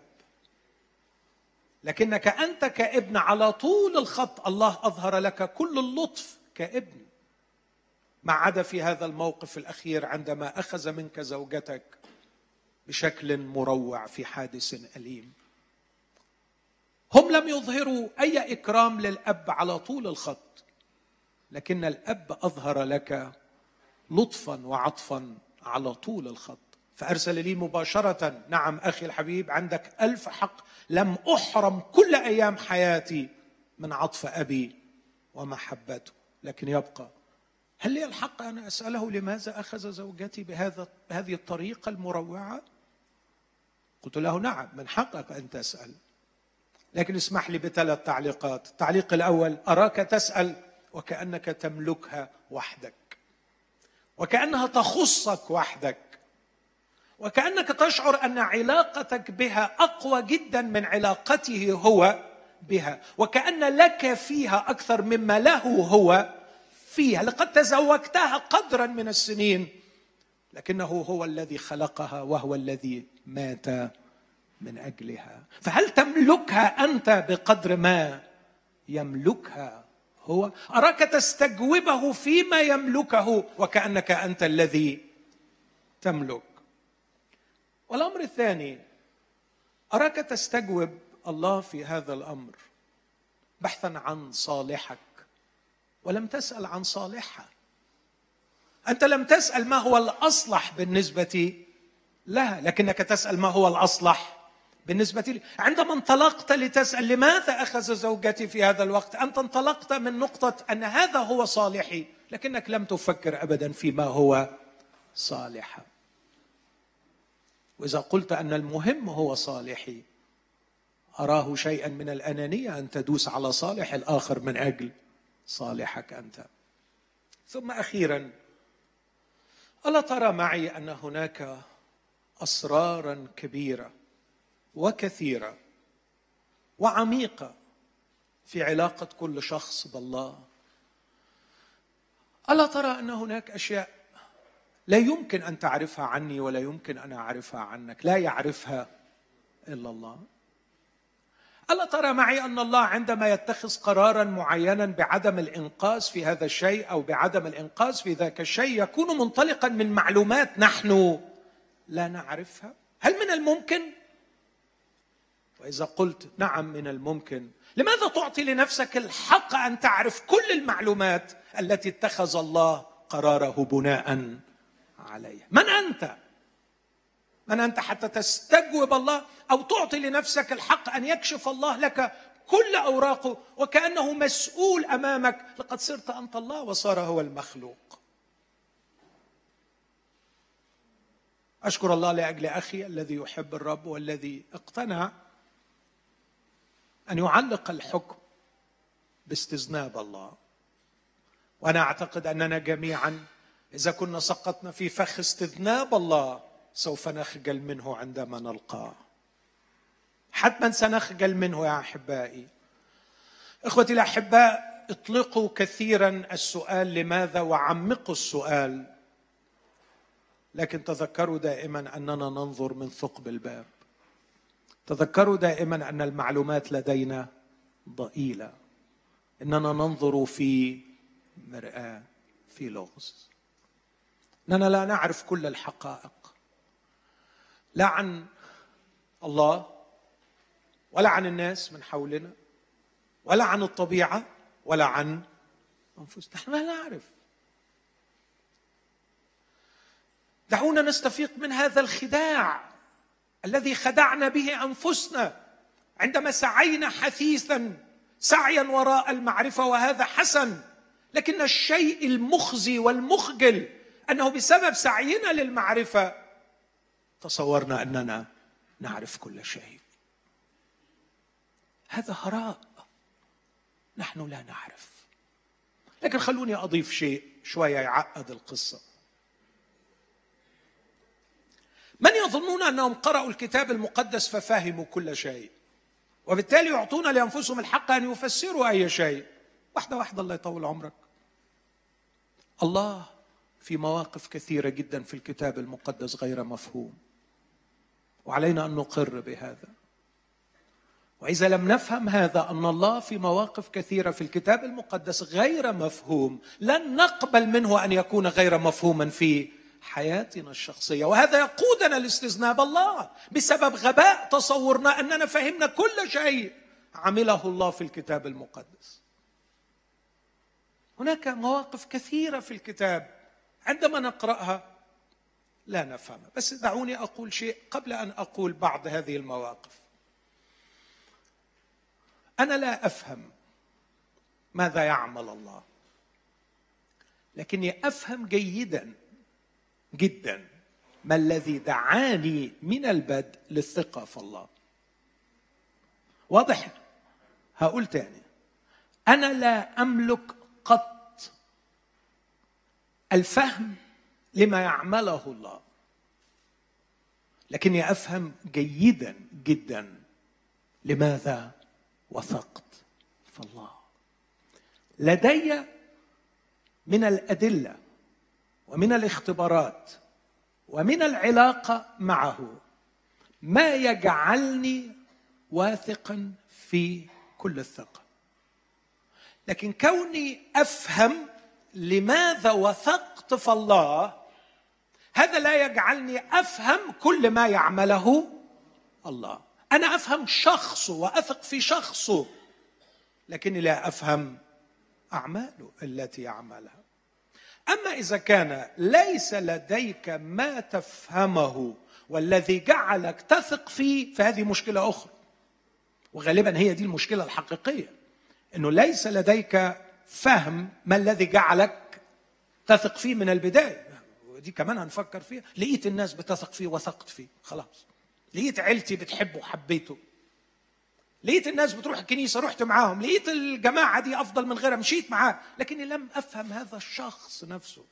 لكنك أنت كابن على طول الخط الله أظهر لك كل اللطف كابن، ما عدا في هذا الموقف الأخير عندما أخذ منك زوجتك بشكل مروع في حادث أليم. هم لم يظهروا أي إكرام للأب على طول الخط، لكن الأب أظهر لك لطفا وعطفا على طول الخط، فأرسل لي مباشرة: نعم أخي الحبيب، عندك ألف حق، لم أحرم كل أيام حياتي من عطف أبي ومحبته، لكن يبقى هل لي الحق أن أسأله لماذا أخذ زوجتي بهذه الطريقة المروعة؟ قلت له نعم من حقك أن تسأل، لكن اسمح لي بثلاث تعليقات. التعليق الأول: أراك تسأل وكأنك تملكها وحدك، وكأنها تخصك وحدك، وكأنك تشعر أن علاقتك بها أقوى جدا من علاقته هو بها، وكأن لك فيها أكثر مما له هو فيها. لقد تزوجتها قدرا من السنين، لكنه هو الذي خلقها وهو الذي مات من أجلها. فهل تملكها أنت بقدر ما يملكها هو؟ أراك تستجوبه فيما يملكه وكأنك أنت الذي تملك. والأمر الثاني: أراك تستجوب الله في هذا الأمر بحثا عن صالحك، ولم تسأل عن صالحها. أنت لم تسأل ما هو الأصلح بالنسبة لها، لكنك تسأل ما هو الأصلح بالنسبة لي. عندما انطلقت لتسأل لماذا أخذ زوجتي في هذا الوقت، أنت انطلقت من نقطة أن هذا هو صالحي، لكنك لم تفكر أبدا فيما هو صالحا. وإذا قلت أن المهم هو صالحي، أراه شيئا من الأنانية أن تدوس على صالح الآخر من أجل صالحك أنت. ثم أخيرا: ألا ترى معي أن هناك أسرارا كبيرة وكثيرة وعميقة في علاقة كل شخص بالله؟ ألا ترى أن هناك أشياء لا يمكن أن تعرفها عني ولا يمكن أن أعرفها عنك، لا يعرفها إلا الله؟ ألا ترى معي أن الله عندما يتخذ قراراً معيناً بعدم الإنقاذ في هذا الشيء أو بعدم الإنقاذ في ذاك الشيء يكون منطلقاً من معلومات نحن لا نعرفها؟ هل من الممكن؟ وإذا قلت نعم من الممكن، لماذا تعطي لنفسك الحق أن تعرف كل المعلومات التي اتخذ الله قراره بناء عليها؟ من أنت؟ من أنت حتى تستجوب الله أو تعطي لنفسك الحق أن يكشف الله لك كل أوراقه وكأنه مسؤول أمامك؟ لقد صرت أنت الله وصار هو المخلوق. أشكر الله لأجل أخي الذي يحب الرب والذي اقتنع أن يعلق الحكم باستذناب الله. وأنا أعتقد أننا جميعا إذا كنا سقطنا في فخ استذناب الله سوف نخجل منه عندما نلقاه. حتما سنخجل منه يا أحبائي. إخوتي الأحباء، اطلقوا كثيرا السؤال لماذا وعمقوا السؤال، لكن تذكروا دائما أننا ننظر من ثقب الباب. تذكروا دائما أن المعلومات لدينا ضئيلة، إننا ننظر في مرآة، في لغز، أننا لا نعرف كل الحقائق، لا عن الله ولا عن الناس من حولنا ولا عن الطبيعة ولا عن أنفسنا. نحن لا نعرف. دعونا نستفيق من هذا الخداع الذي خدعنا به أنفسنا عندما سعينا حثيثا سعيا وراء المعرفة، وهذا حسن. لكن الشيء المخزي والمخجل أنه بسبب سعينا للمعرفة تصورنا أننا نعرف كل شيء. هذا هراء، نحن لا نعرف. لكن خلوني أضيف شيء شوية يعقد القصة. من يظنون أنهم قرأوا الكتاب المقدس ففهموا كل شيء، وبالتالي يعطون لأنفسهم الحق أن يفسروا أي شيء. واحدة واحدة، الله يطول عمرك. الله في مواقف كثيرة جدا في الكتاب المقدس غير مفهوم، وعلينا أن نقر بهذا. وإذا لم نفهم هذا، أن الله في مواقف كثيرة في الكتاب المقدس غير مفهوم، لن نقبل منه أن يكون غير مفهوما في حياتنا الشخصية. وهذا يقودنا لاستذناب الله بسبب غباء تصورنا أننا فهمنا كل شيء عمله الله في الكتاب المقدس. هناك مواقف كثيرة في الكتاب عندما نقرأها لا نفهمها. بس دعوني أقول شيء قبل أن أقول بعض هذه المواقف. أنا لا أفهم ماذا يعمل الله، لكني أفهم جيدا جدا ما الذي دعاني من البدء للثقة في الله. واضح؟ هقول تاني، أنا لا أملك قط الفهم لما يعمله الله، لكني أفهم جيدا جدا لماذا وثقت في الله. لدي من الأدلة ومن الاختبارات ومن العلاقة معه ما يجعلني واثقا في كل الثقة. لكن كوني أفهم لماذا وثقت في الله، هذا لا يجعلني أفهم كل ما يعمله الله. أنا أفهم شخصه وأثق في شخصه، لكني لا أفهم أعماله التي يعملها. أما إذا كان ليس لديك ما تفهمه والذي جعلك تثق فيه، فهذه مشكلة أخرى، وغالبا هي دي المشكلة الحقيقية، أنه ليس لديك فهم ما الذي جعلك تثق فيه من البداية. ودي كمان هنفكر فيها. لقيت الناس بتثق فيه وثقت فيه، خلاص. لقيت عيلتي بتحبه وحبيته، لقيت الناس بتروح الكنيسة رحت معاهم، لقيت الجماعة دي أفضل من غيرها مشيت معاه، لكني لم أفهم هذا الشخص نفسه.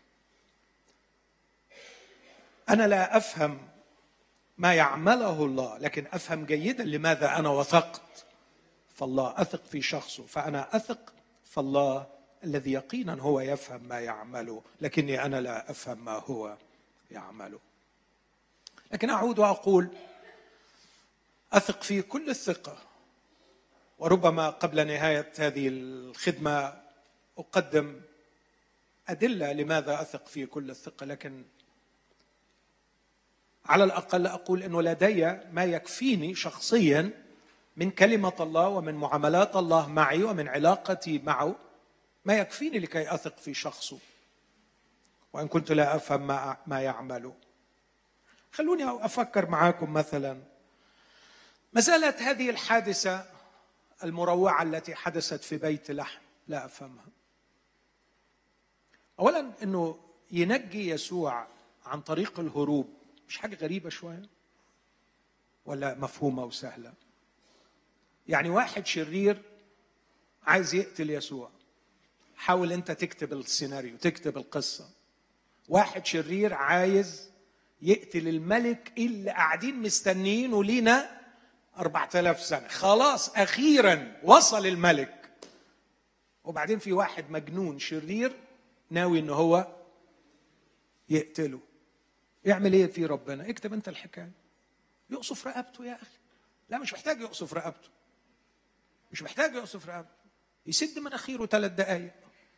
أنا لا أفهم ما يعمله الله، لكن أفهم جيدا لماذا أنا وثقت فالله، أثق في شخصه. فأنا أثق فالله الذي يقينا هو يفهم ما يعمله، لكني أنا لا أفهم ما هو يعمله. لكن أعود وأقول أثق في كل الثقة. وربما قبل نهاية هذه الخدمة أقدم أدلة لماذا أثق في كل الثقة، لكن على الأقل أقول أنه لدي ما يكفيني شخصيا من كلمة الله ومن معاملات الله معي ومن علاقتي معه، ما يكفيني لكي أثق في شخصه وإن كنت لا أفهم ما يعمله. خلوني أفكر معاكم مثلا. ما زالت هذه الحادثة المروعة التي حدثت في بيت لحم لا أفهمها. أولا أنه ينجي يسوع عن طريق الهروب، مش حاجة غريبة شوية ولا مفهومة وسهلة؟ يعني واحد شرير عايز يقتل يسوع، حاول أنت تكتب السيناريو، تكتب القصة. واحد شرير عايز يقتل الملك اللي قاعدين مستنيينه لينا 4000 سنة، خلاص أخيرا وصل الملك. وبعدين في واحد مجنون شرير ناوي إنه هو يقتله. يعمل إيه في ربنا؟ اكتب أنت الحكاية. يقصف رقبته يا أخي. لا، مش محتاج يقصف رقبته، مش محتاج يقصف رقبته. يسد مناخيره 3 دقايق،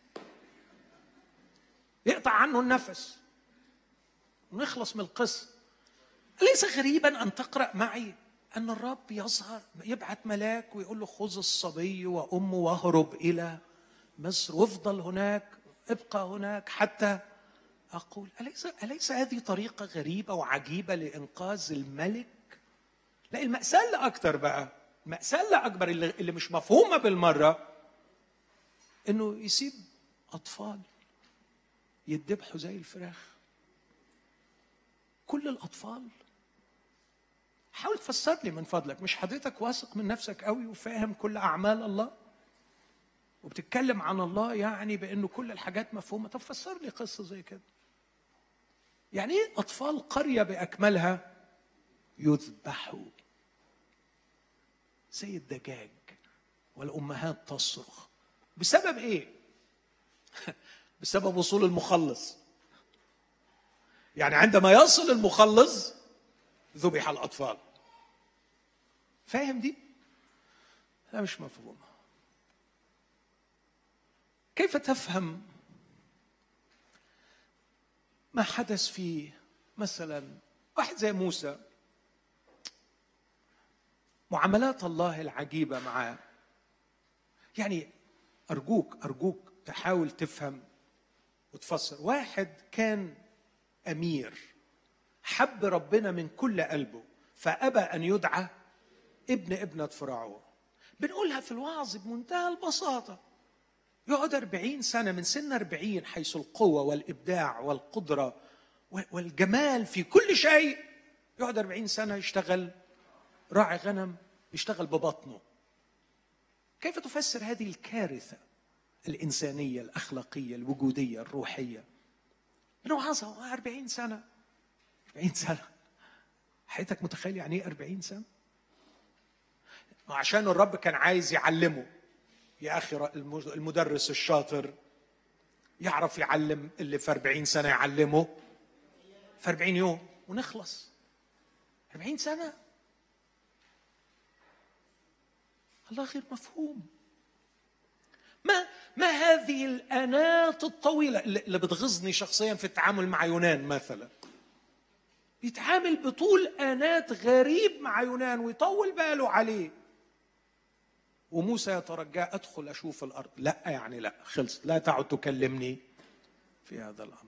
يقطع عنه النفس ونخلص من القصة. ليس غريبا أن تقرأ معي أن الرب يظهر، يبعث ملاك ويقول له خذ الصبي وأمه واهرب إلى مصر وافضل هناك، ابقى هناك حتى أقول. أليس هذه طريقة غريبة وعجيبة لإنقاذ الملك؟ لا، المأساة اللي أكتر بقى، المأساة اللي أكبر اللي مش مفهومة بالمرة، إنه يسيب أطفال يتذبحوا زي الفراخ. كل الأطفال. حاول تفسر لي من فضلك، مش حضرتك واثق من نفسك قوي وفاهم كل أعمال الله وبتتكلم عن الله يعني بأنه كل الحاجات مفهومة؟ طب فسر لي قصة زي كده. يعني إيه أطفال قرية بأكملها يذبحوا زي الدجاج والأمهات تصرخ؟ بسبب إيه؟ بسبب وصول المخلص. يعني عندما يصل المخلص ذبح الأطفال. فاهم دي؟ لا، مش مفهومة. كيف تفهم ما حدث في مثلا واحد زي موسى، معاملات الله العجيبة معاه؟ يعني أرجوك تحاول تفهم وتفسر. واحد كان أمير، حب ربنا من كل قلبه، فأبى أن يدعى ابن ابنة فرعون. بنقولها في الوعظ بمنتهى البساطة. يقعد 40 سنة، من سن 40 حيث القوة والإبداع والقدرة والجمال في كل شيء، يقعد 40 سنة يشتغل راعي غنم، يشتغل ببطنه. كيف تفسر هذه الكارثة الإنسانية الأخلاقية الوجودية الروحية؟ إنه عصى 40 سنة. 40 سنة حياتك متخيل يعني إيه 40 سنة؟ عشان الرب كان عايز يعلمه. يا أخي المدرس الشاطر يعرف يعلم اللي في 40 سنة يعلمه في 40 يوم ونخلص. 40 سنة الله غير مفهوم. ما هذه الآنات الطويلة اللي بتغزني شخصيا في التعامل مع يونان مثلا؟ يتعامل بطول آنات غريب مع يونان ويطول باله عليه، وموسى يترجى أدخل أشوف الأرض. لا يعني لا، خلص، لا تعد تكلمني في هذا الأمر.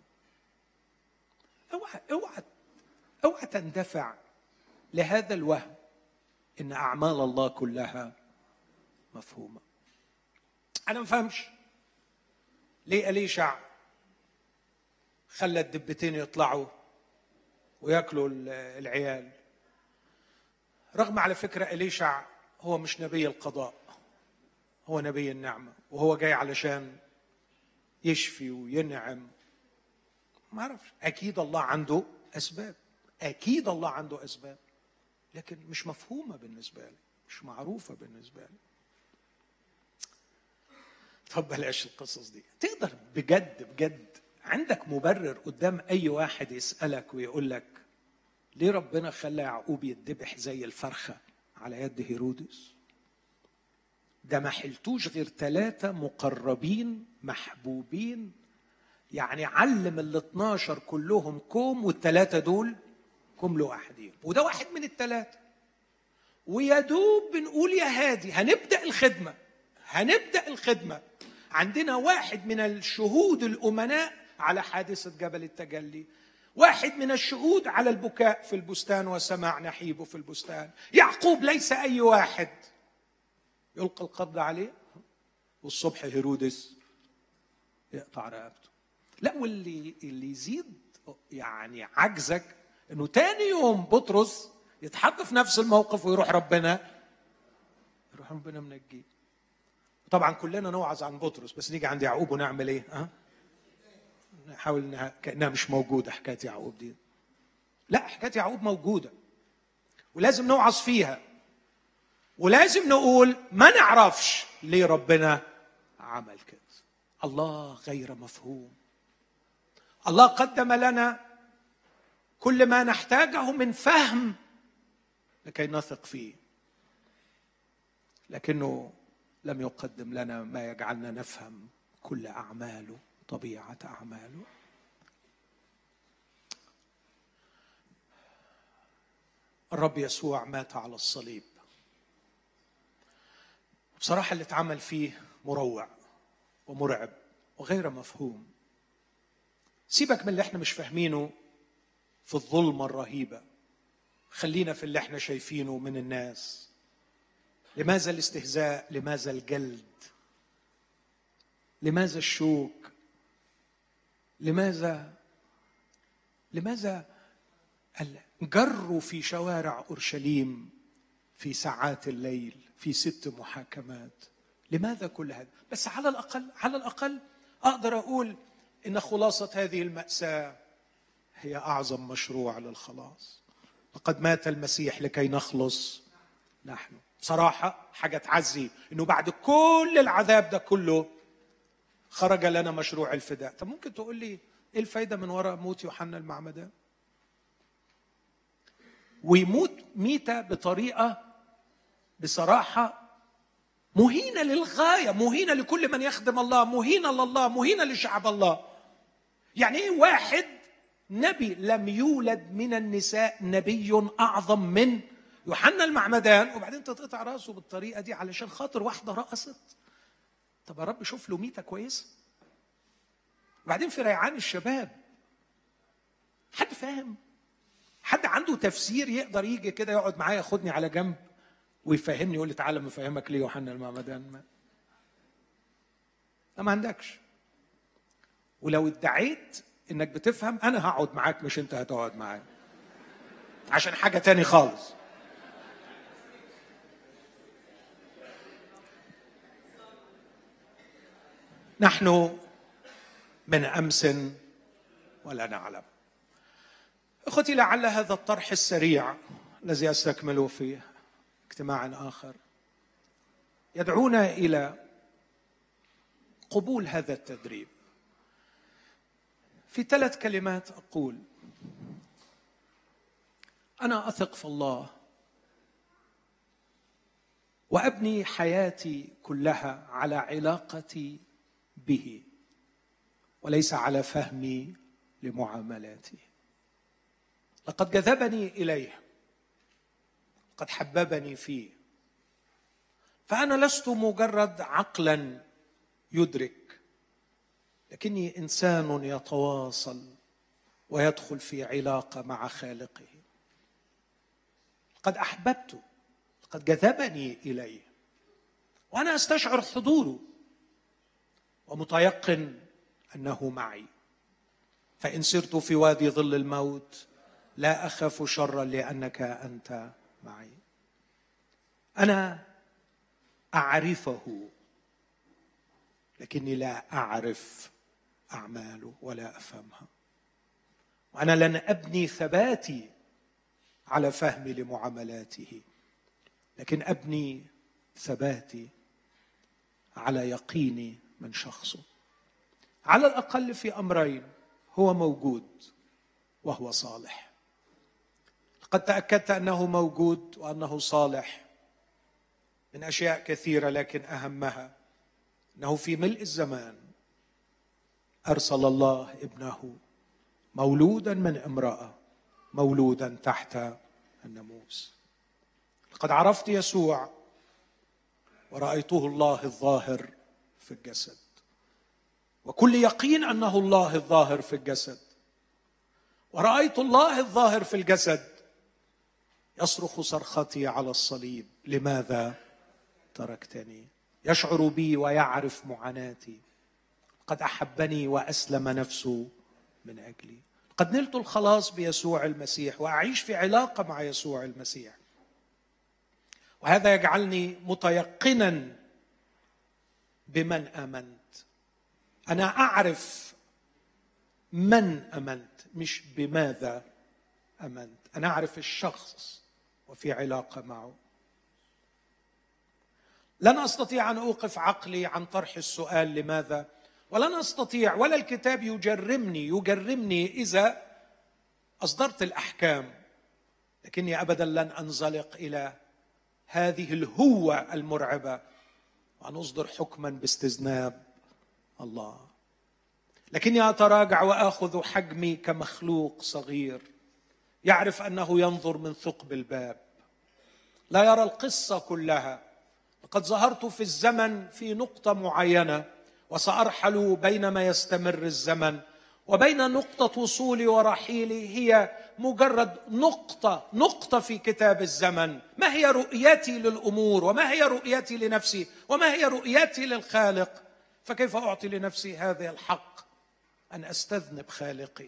اوعى تندفع لهذا الوهم إن أعمال الله كلها مفهومة. أنا ما فهمش ليه أليشع خلى الدبتين يطلعوا ويأكلوا العيال، رغم على فكرة أليشع هو مش نبي القضاء، هو نبي النعمة، وهو جاي علشان يشفي وينعم. ما أعرفش، أكيد الله عنده أسباب، أكيد الله عنده أسباب، لكن مش مفهومة بالنسبة لي، مش معروفة بالنسبة لي. طب بلاش القصص دي. تقدر بجد عندك مبرر قدام أي واحد يسألك ويقول لك ليه ربنا خلى يعقوب يتذبح زي الفرخة على يد هيرودس؟ ده ما حلتوش غير 3 مقربين محبوبين، يعني علم ال12 كلهم كوم، وال3 دول كوم لوحدين، وده واحد من ال3. ويدوب بنقول يا هادي هنبدأ الخدمة. عندنا واحد من الشهود الأمناء على حادثة جبل التجلي، واحد من الشهود على البكاء في البستان وسماع نحيبه في البستان. يعقوب ليس أي واحد يلقى القبض عليه والصبح هيرودس يقطع رقبته. لا، واللي يزيد يعني عجزك انه تاني يوم بطرس يتحط في نفس الموقف ويروح ربنا منجيه. طبعا كلنا نوعظ عن بطرس، بس نيجي عند يعقوب ونعمل ايه؟ نحاول كأنها مش موجودة حكاية يعقوب دي. لا، حكاية يعقوب موجودة ولازم نوعظ فيها، ولازم نقول ما نعرفش ليه ربنا عمل كده. الله غير مفهوم. الله قدم لنا كل ما نحتاجه من فهم لكي نثق فيه، لكنه لم يقدم لنا ما يجعلنا نفهم كل أعماله، طبيعة أعماله. الرب يسوع مات على الصليب، بصراحة اللي اتعمل فيه مروع. ومرعب وغير مفهوم. سيبك من اللي احنا مش فاهمينه في الظلمة الرهيبة، خلينا في اللي احنا شايفينه من الناس. لماذا الاستهزاء؟ لماذا الجلد؟ لماذا الشوك؟ لماذا الجر في شوارع أورشليم في ساعات الليل في 6 محاكمات؟ لماذا كل هذا؟ بس على الأقل أقدر أقول إن خلاصة هذه المأساة هي أعظم مشروع للخلاص. لقد مات المسيح لكي نخلص نحن. صراحة حاجة تعزي إنه بعد كل العذاب ده كله خرج لنا مشروع الفداء. طب ممكن تقول لي إيه الفايدة من وراء موت يوحنا المعمدان؟ ويموت ميتة بطريقة بصراحة مهينة للغاية، مهينة لكل من يخدم الله، مهينة لله، مهينة لشعب الله. يعني إيه واحد نبي لم يولد من النساء نبي أعظم من يوحنا المعمدان، وبعدين تتقطع رأسه بالطريقة دي علشان خاطر واحدة رقصت؟ طب يا رب شوف له ميتة كويسة. وبعدين في ريعان الشباب، حد فاهم؟ حد عنده تفسير يقدر يجي كده يقعد معايا ياخدني على جنب ويفهمني يقول لي تعالى مفهمك ليه يوحنا المعمدان؟ ما عندكش. ولو ادعيت انك بتفهم انا هقعد معاك، مش انت هتقعد معايا، عشان حاجة تاني خالص. نحن من أمس ولا نعلم. أخوتي، لعل هذا الطرح السريع الذي أستكمله في اجتماع آخر يدعونا إلى قبول هذا التدريب. في 3 كلمات أقول: أنا أثق في الله وأبني حياتي كلها على علاقتي به وليس على فهمي لمعاملاته. لقد جذبني إليه، قد حببني فيه، فأنا لست مجرد عقلا يدرك، لكني إنسان يتواصل ويدخل في علاقة مع خالقه. قد أحببته، قد جذبني إليه، وأنا أستشعر حضوره ومتيقن أنه معي. فإن سرت في وادي ظل الموت لا أخاف شرا لأنك أنت معي. أنا أعرفه لكني لا أعرف أعماله ولا أفهمها، وأنا لن أبني ثباتي على فهمي لمعاملاته، لكن أبني ثباتي على يقيني من شخصه. على الأقل في أمرين: هو موجود وهو صالح. قد تأكدت أنه موجود وأنه صالح من أشياء كثيرة، لكن أهمها أنه في ملء الزمان أرسل الله ابنه مولودا من امرأة، مولودا تحت الناموس. لقد عرفت يسوع ورأيته الله الظاهر في الجسد، وكل يقين أنه الله الظاهر في الجسد. ورأيت الله الظاهر في الجسد يصرخ صرختي على الصليب: لماذا تركتني؟ يشعر بي ويعرف معاناتي. قد أحبني وأسلم نفسه من أجلي. قد نلت الخلاص بيسوع المسيح وأعيش في علاقة مع يسوع المسيح، وهذا يجعلني متيقنا بمن آمنت. أنا أعرف من آمنت، مش بماذا آمنت. أنا أعرف الشخص وفي علاقة معه. لن أستطيع أن أوقف عقلي عن طرح السؤال لماذا، ولن أستطيع، ولا الكتاب يجرمني إذا أصدرت الأحكام، لكني أبدا لن أنزلق إلى هذه الهوة المرعبة وأن أصدر حكما باستذناب الله. لكني أتراجع وأخذ حجمي كمخلوق صغير يعرف أنه ينظر من ثقب الباب، لا يرى القصة كلها. لقد ظهرت في الزمن في نقطة معينة وسأرحل بينما يستمر الزمن، وبين نقطة وصولي ورحيلي هي مجرد نقطة في كتاب الزمن. ما هي رؤيتي للأمور؟ وما هي رؤيتي لنفسي؟ وما هي رؤيتي للخالق؟ فكيف أعطي لنفسي هذا الحق أن أستذنب خالقي؟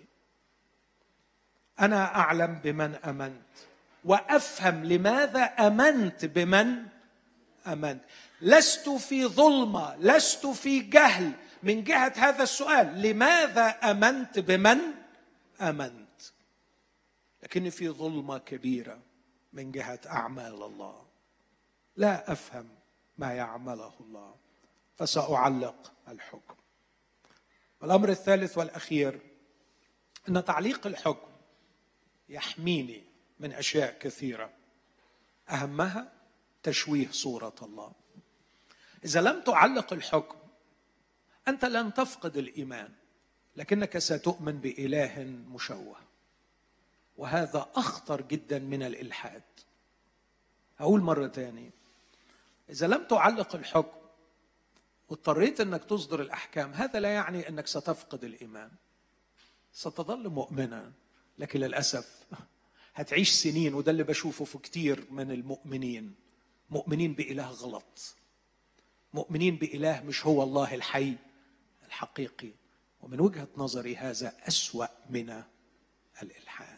أنا أعلم بمن أمنت، وأفهم لماذا أمنت بمن أمنت. لست في ظلمة، لست في جهل من جهة هذا السؤال، لماذا أمنت بمن أمنت؟ لكني في ظلمة كبيرة من جهة أعمال الله، لا أفهم ما يعمله الله، فسأعلق الحكم. والأمر الثالث والأخير أن تعليق الحكم يحميني من أشياء كثيرة، أهمها تشويه صورة الله. إذا لم تعلق الحكم أنت لن تفقد الإيمان، لكنك ستؤمن بإله مشوه، وهذا أخطر جدا من الإلحاد. أقول مرة تاني، إذا لم تعلق الحكم واضطريت أنك تصدر الأحكام، هذا لا يعني أنك ستفقد الإيمان، ستظل مؤمنا، لكن للأسف هتعيش سنين، وده اللي بشوفه في كتير من المؤمنين، مؤمنين بإله غلط، مؤمنين بإله مش هو الله الحي الحقيقي. ومن وجهة نظري هذا أسوأ من الإلحاد.